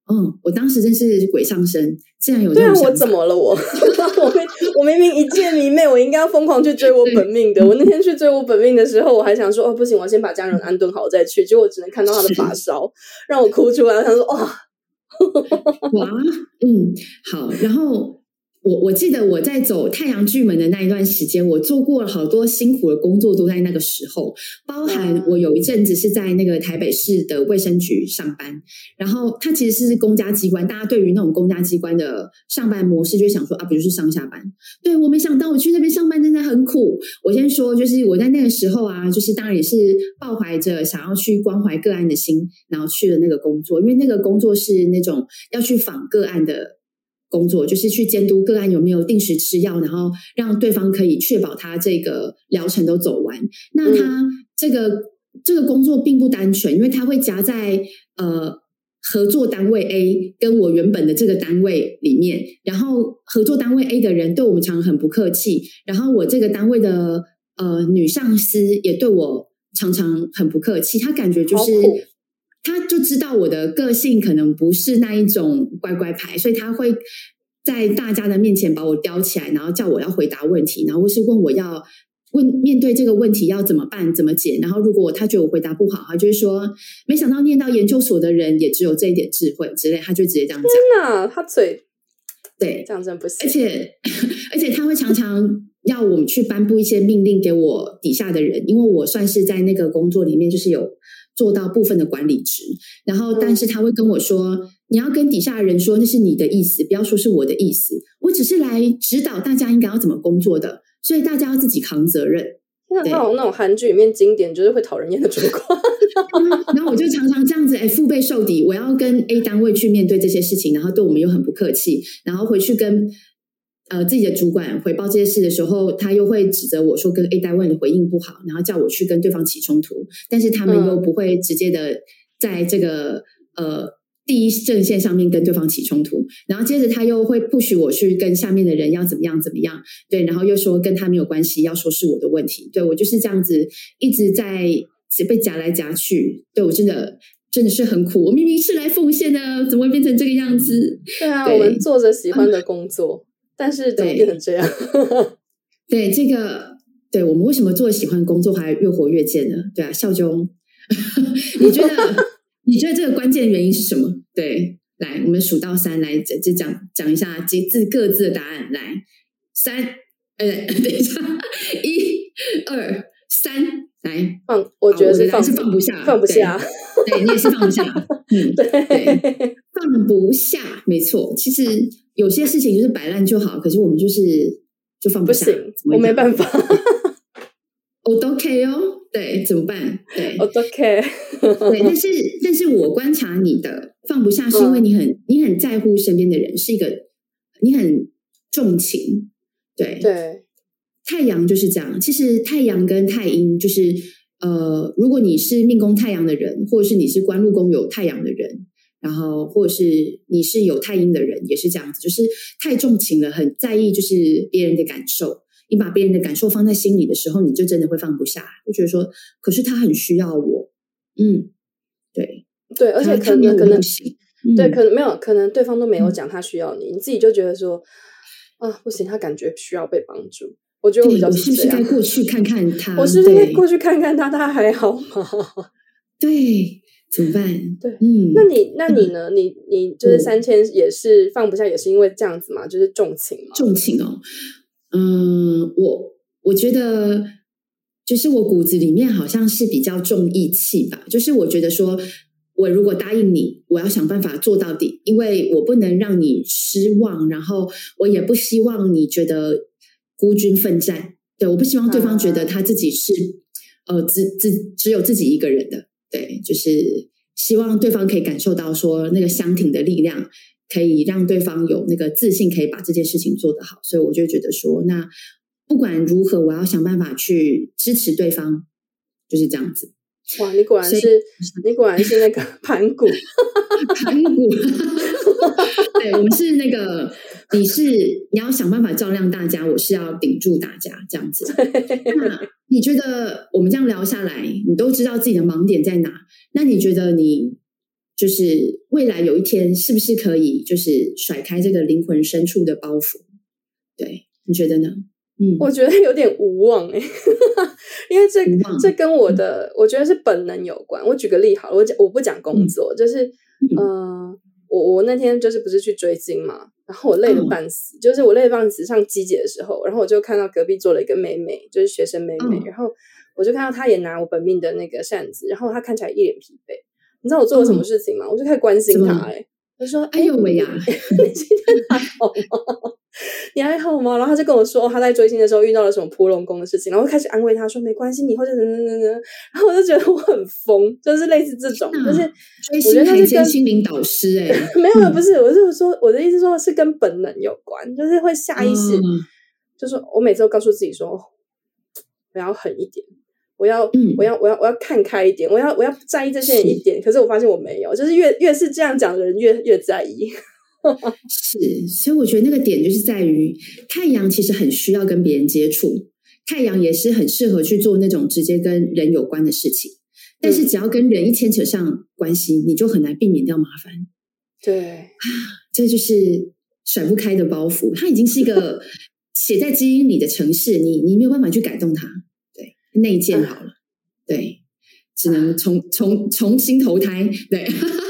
嗯，我当时真是鬼上身，竟然有这对啊， 种想法。 我怎么了我？我明我明明一介迷妹，我应该要疯狂去追我本命的。我那天去追我本命的时候，我还想说哦不行，我要先把家人安顿好再去。结果我只能看到他的发烧，让我哭出来。我想说哇哇，嗯，好，然后。我我记得我在走太阳巨门的那一段时间，我做过了好多辛苦的工作，都在那个时候，包含我有一阵子是在那个台北市的卫生局上班，然后它其实是公家机关，大家对于那种公家机关的上班模式就会想说啊，不就是上下班？对，我没想到我去那边上班真的很苦。我先说，就是我在那个时候啊，就是当然也是抱怀着想要去关怀个案的心，然后去了那个工作，因为那个工作是那种要去访个案的工作，就是去监督个案有没有定时吃药，然后让对方可以确保他这个疗程都走完。那他这个、嗯、这个工作并不单纯，因为他会夹在呃合作单位 A 跟我原本的这个单位里面，然后合作单位 A 的人对我们常常很不客气，然后我这个单位的呃女上司也对我常常很不客气，他感觉就是他就知道我的个性可能不是那一种乖乖牌，所以他会在大家的面前把我叼起来，然后叫我要回答问题，然后或是问我要问面对这个问题要怎么办怎么解，然后如果他觉得我回答不好，他就会说没想到念到研究所的人也只有这一点智慧之类，他就直接这样讲。 天哪，他嘴对这样真不行。 而且而且他会常常要我们去颁布一些命令给我底下的人，因为我算是在那个工作里面就是有做到部分的管理职，然后但是他会跟我说、嗯、你要跟底下的人说那是你的意思，不要说是我的意思，我只是来指导大家应该要怎么工作的，所以大家要自己扛责任。 那那种那种韩剧里面经典就是会讨人厌的主管然后我就常常这样子哎，腹背受敌，我要跟 A 单位去面对这些事情，然后对我们又很不客气，然后回去跟呃，自己的主管回报这些事的时候，他又会指责我说跟 A 单位的回应不好，然后叫我去跟对方起冲突，但是他们又不会直接的在这个、嗯、呃第一阵线上面跟对方起冲突，然后接着他又会 push 我去跟下面的人要怎么样怎么样，对，然后又说跟他没有关系，要说是我的问题，对，我就是这样子一直在被夹来夹去，对，我真的真的是很苦，我明明是来奉献的，怎么会变成这个样子？ 对啊，对，我们做着喜欢的工作、嗯但是怎么变成这样？ 对，这个对我们为什么做喜欢工作还越活越贱呢？对啊，孝忠你觉得你觉得这个关键原因是什么？对，来我们数到三来就讲讲一下几字各自的答案。来，三呃等一下，一二三，来放，我觉得是放是放不下， 放不下。 对，你也是放不下，嗯，对对，放不下，没错。其实有些事情就是摆烂就好，可是我们就是就放不下， 不行，我没办法。 我都 OK 哦，对，怎么办？对， 我都 OK。 对，但是但是我观察你的放不下，是因为你很、嗯、你很在乎身边的人，是一个你很重情，对对。 太阳就是这样，其实太阳跟太阴就是。呃，如果你是命宫太阳的人，或者是你是官禄宫有太阳的人，然后或者是你是有太阴的人，也是这样子，就是太重情了，很在意就是别人的感受，你把别人的感受放在心里的时候，你就真的会放不下，就觉得说可是他很需要我，嗯，对对，而且可能可能、 嗯、 对，可能没有，可能对方都没有讲他需要你、嗯、你自己就觉得说啊不行，他感觉需要被帮助，我觉得我比较是不是该过去看看他？ 我是不是该过去看看他？他还好吗？ 对，怎么办？ 对， 嗯， 那你那你呢？嗯、你你就是三千也是放不下，也是因为这样子嘛？就是重情嘛？ 重情哦，嗯，我我觉得就是我骨子里面好像是比较重义气吧，就是我觉得说。我如果答应你，我要想办法做到底，因为我不能让你失望，然后我也不希望你觉得孤军奋战，对，我不希望对方觉得他自己是、啊、呃只只只有自己一个人的，对，就是希望对方可以感受到说那个相挺的力量，可以让对方有那个自信，可以把这件事情做得好，所以我就觉得说，那不管如何，我要想办法去支持对方，就是这样子。 哇，你果然是你果然是那个盘古盘古对，我们是那个你是你要想办法照亮大家，我是要顶住大家这样子。那你觉得我们这样聊下来，你都知道自己的盲点在哪，那你觉得你就是未来有一天是不是可以就是甩开这个灵魂深处的包袱？对，你觉得呢？嗯， 我觉得有点无望哎、欸，因为这这跟我的、嗯、我觉得是本能有关。我举个例好了，我讲我不讲工作，嗯、就是嗯、呃，我我那天就是不是去追星嘛，然后我累得半死，嗯、就是我累得半死上机姐的时候，然后我就看到隔壁坐了一个妹妹，就是学生妹妹，嗯、然后我就看到她也拿我本命的那个扇子，然后她看起来一脸疲惫。你知道我做了什么事情吗？嗯、我就开始关心她、欸，哎，我就说：“哎呦喂呀，你今天还好吗？你还好吗？”然后他就跟我说、哦、他在追星的时候遇到了什么扑龙宫的事情，然后开始安慰他说没关系，你以后就等等等等。然后我就觉得我很疯，就是类似这种，就是追星还兼心灵导师哎、欸， 没有没有，不是，我是说我的意思说是跟本能有关，就是会下意识，嗯、就是我每次都告诉自己说我要狠一点。我要、嗯、我要我要我要看开一点，我要我要在意这些人一点，可是我发现我没有，就是越越是这样讲的人越越在意。 是，所以我觉得那个点就是在于太阳其实很需要跟别人接触，太阳也是很适合去做那种直接跟人有关的事情，但是只要跟人一牵扯上关系，你就很难避免掉麻烦。 对， 这就是甩不开的包袱，它已经是一个写在基因里的程式，你你没有办法去改动它。内建好了，对，只能重重重新投胎，对，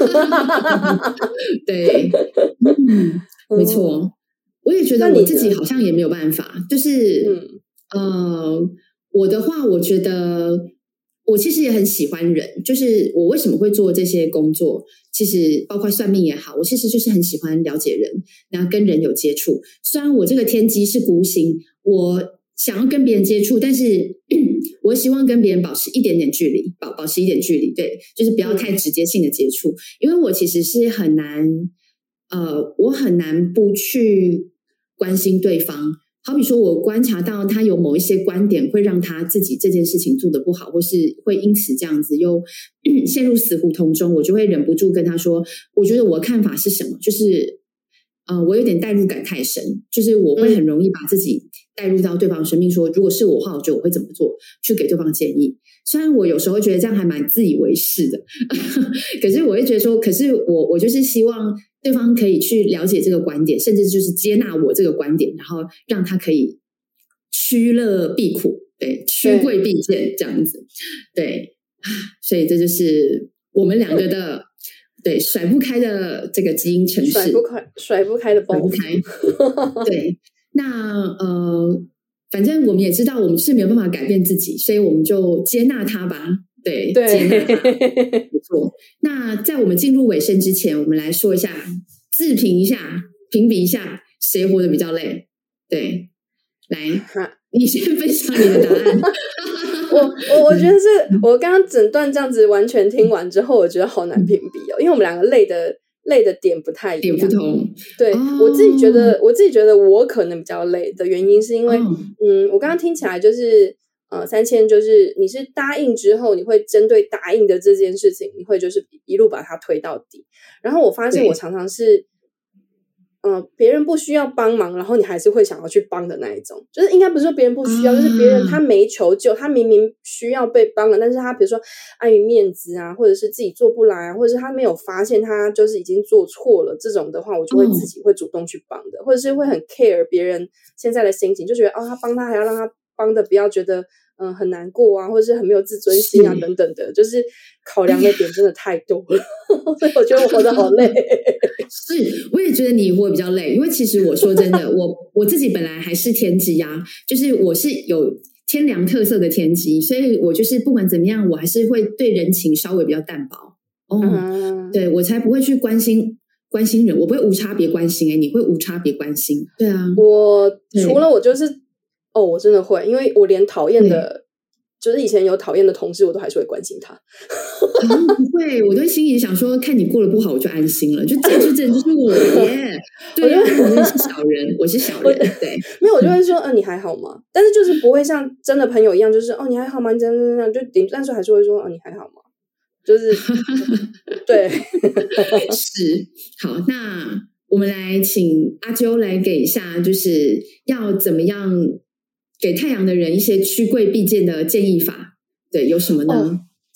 对，嗯，没错，我也觉得我自己好像也没有办法，就是，嗯、呃，我的话，我觉得我其实也很喜欢人，就是我为什么会做这些工作，其实包括算命也好，我其实就是很喜欢了解人，然后跟人有接触。虽然我这个天机是孤星，我想要跟别人接触，但是我希望跟别人保持一点点距离，保保持一点距离，对，就是不要太直接性的接触，嗯、因为我其实是很难，呃，我很难不去关心对方。好比说，我观察到他有某一些观点，会让他自己这件事情做得不好，或是会因此这样子又陷入死胡同中，我就会忍不住跟他说：“我觉得我的看法是什么？”就是。呃，我有点代入感太深，就是我会很容易把自己带入到对方的生命，说如果是我的话，我觉得我会怎么做，去给对方建议。虽然我有时候觉得这样还蛮自以为是的，可是我会觉得说，可是我我就是希望对方可以去了解这个观点，甚至就是接纳我这个观点，然后让他可以趋乐避苦，对，趋贵避贱这样子，对，所以这就是我们两个的。对，甩不开的这个基因程式， 甩不开，甩不开的包袱， 甩不开。对，那呃，反正我们也知道，我们是没有办法改变自己，所以我们就接纳它吧。对， 对接纳它，没错。那在我们进入尾声之前，我们来说一下，自评一下，评比一下，谁活得比较累？对，来，你先分享你的答案。 我我我觉得是我刚刚整段这样子完全听完之后，我觉得好难评比哦，因为我们两个累的累的点不太一样， 点不同。 对、哦、我自己觉得，我自己觉得我可能比较累的原因是因为，哦、嗯，我刚刚听起来就是呃三千，就是你是答应之后，你会针对答应的这件事情，你会就是一路把它推到底。然后我发现我常常是。呃，别人不需要帮忙，然后你还是会想要去帮的那一种，就是应该不是说别人不需要，啊、就是别人他没求救，他明明需要被帮了，但是他比如说碍于面子啊，或者是自己做不来啊，或者是他没有发现他就是已经做错了，这种的话，我就会自己会主动去帮的，嗯、或者是会很 care 别人现在的心情，就觉得哦，他帮他还要让他帮的不要觉得嗯、呃、很难过啊，或者是很没有自尊心啊等等的，就是考量的点真的太多了，所以我觉得我活得好累。 是，我也觉得你活得比较累，因为其实我说真的，我我自己本来还是天机啊，就是我是有天梁特色的天机，所以我就是不管怎么样，我还是会对人情稍微比较淡薄哦，嗯、对我才不会去关心关心人，我不会无差别关心、欸，你会无差别关心，对啊， 我除了我就是哦，我真的会，因为我连讨厌的。就是以前有讨厌的同事，我都还是会关心他。 嗯、不会，我都心里想说，看你过得不好，我就安心了。就这就真的就是我耶，对啊，我是小人，我是小人，对， 没有，我就会说，嗯、呃，你还好吗？但是就是不会像真的朋友一样，就是哦，你还好吗？你这样这样就顶，但是还是会说，哦，你还好吗？就是对， 是好，那我们来请阿啾来给一下，就是要怎么样。给太阳的人一些趋贵避贱的建议法，对，有什么呢？ 哦、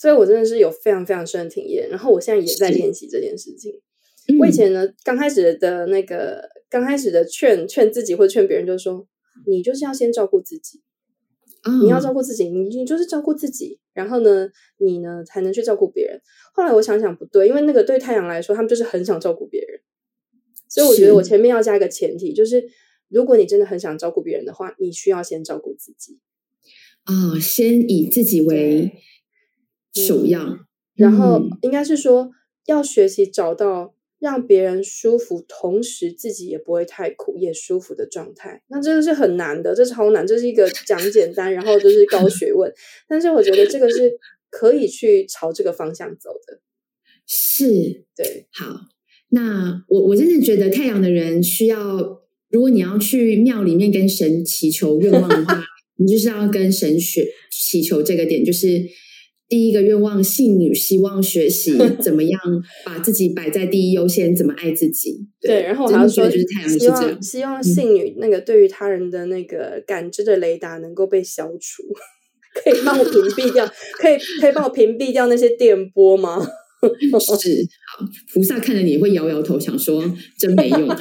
所以我真的是有非常非常深的体验，然后我现在也在练习这件事情。我以前呢，刚开始的那个刚开始的劝劝自己或劝别人，就是说你就是要先照顾自己，嗯、你要照顾自己，你你就是照顾自己，然后呢，你呢才能去照顾别人。后来我想想不对，因为那个对太阳来说，他们就是很想照顾别人，所以我觉得我前面要加一个前提，就是如果你真的很想照顾别人的话，你需要先照顾自己啊、哦，先以自己为首要，嗯、 然后应该是说要学习找到让别人舒服，同时自己也不会太苦也舒服的状态。那这个是很难的，这超难，这是一个讲简单然后就是高学问但是我觉得这个是可以去朝这个方向走的。 是， 对， 好，那我我真的觉得太阳的人需要，如果你要去庙里面跟神祈求愿望的话你就是要跟神学祈求这个点，就是第一个愿望，信女希望学习怎么样把自己摆在第一优先，怎么爱自己。 对, 对然后我还要说就是太阳是这样， 希望信女那个对于他人的那个感知的雷达能够被消除可以帮我屏蔽掉可以可以帮我屏蔽掉那些电波吗？ 是，好，菩萨看着你会摇摇头想说真没用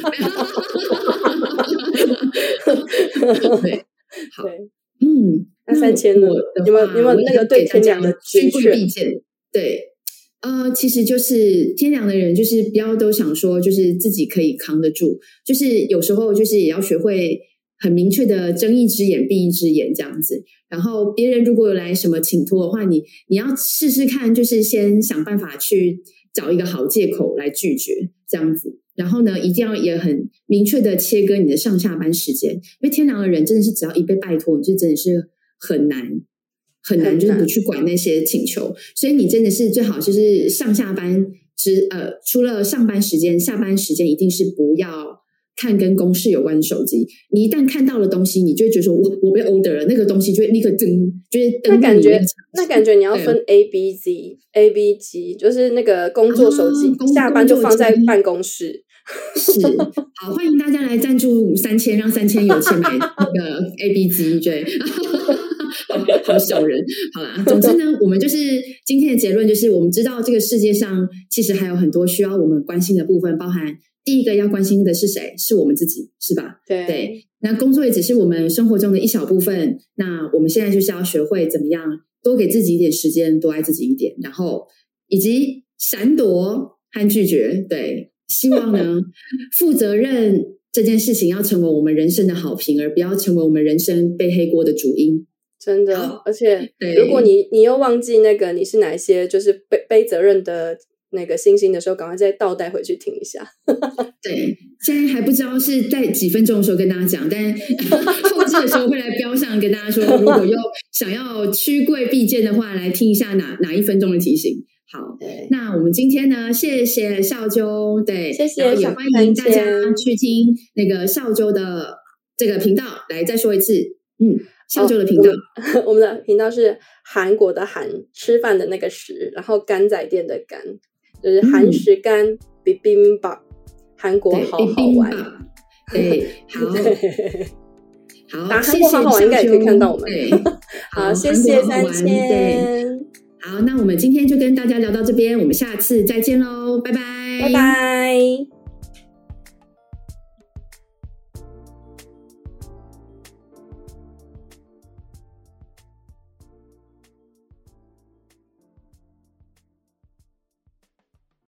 对，好，对，嗯， 那三千呢？有没有有没有那个对天良的趋贵避贱？对，呃，其实就是天良的人，就是不要都想说，就是自己可以扛得住，就是有时候就是也要学会很明确的睁一只眼闭一只眼这样子。然后别人如果有来什么请托的话，你你要试试看，就是先想办法去找一个好借口来拒绝这样子。然后呢，一定要也很明确的切割你的上下班时间，因为天良的人真的是只要一被拜托，你就真的是很难很难，就是不去管那些请求。所以你真的是最好就是上下班之呃，除了上班时间，下班时间一定是不要看跟公事有关的手机。你一旦看到的东西，你就会觉得说我我被 order 了，那个东西就会立刻登，就是登那感觉那感觉你要分 A B Z A B 机，就是那个工作手机、啊、下班就放在办公室。 是，好，欢迎大家来赞助三千，让三千有钱买那个 A B 机，对好小人。好啦，总之呢，我们就是今天的结论就是，我们知道这个世界上其实还有很多需要我们关心的部分，包含第一个要关心的是谁？是我们自己，是吧？ 对。 对，那工作也只是我们生活中的一小部分。那我们现在就是要学会怎么样多给自己一点时间，多爱自己一点，然后以及闪躲和拒绝。对。希望呢，负责任这件事情要成为我们人生的好评，而不要成为我们人生背黑锅的主因。 真的，而且如果你你又忘记那个你是哪一些就是背背责任的那个星星的时候，赶快再倒带回去听一下。 对，现在还不知道是在几分钟的时候跟大家讲，但后置的时候会来标上跟大家说，如果又想要趋贵避贱的话，来听一下哪哪一分钟的提醒。好，那我们今天呢，谢谢少啾，对， 谢谢， 然后也欢迎大家去听那个少啾的这个频道，来再说一次，嗯，少啾的频道， 哦、我, 们我们的频道是韩国的韩，吃饭的那个食，然后干仔店的干，就是韩食干 bibimbap， 韩国好好玩， 对，好。好， 打韩国好好玩，应该也可以看到我们。 对， 好，好谢谢三千。 好，那我们今天就跟大家聊到这边，我们下次再见喽，拜拜， 拜拜。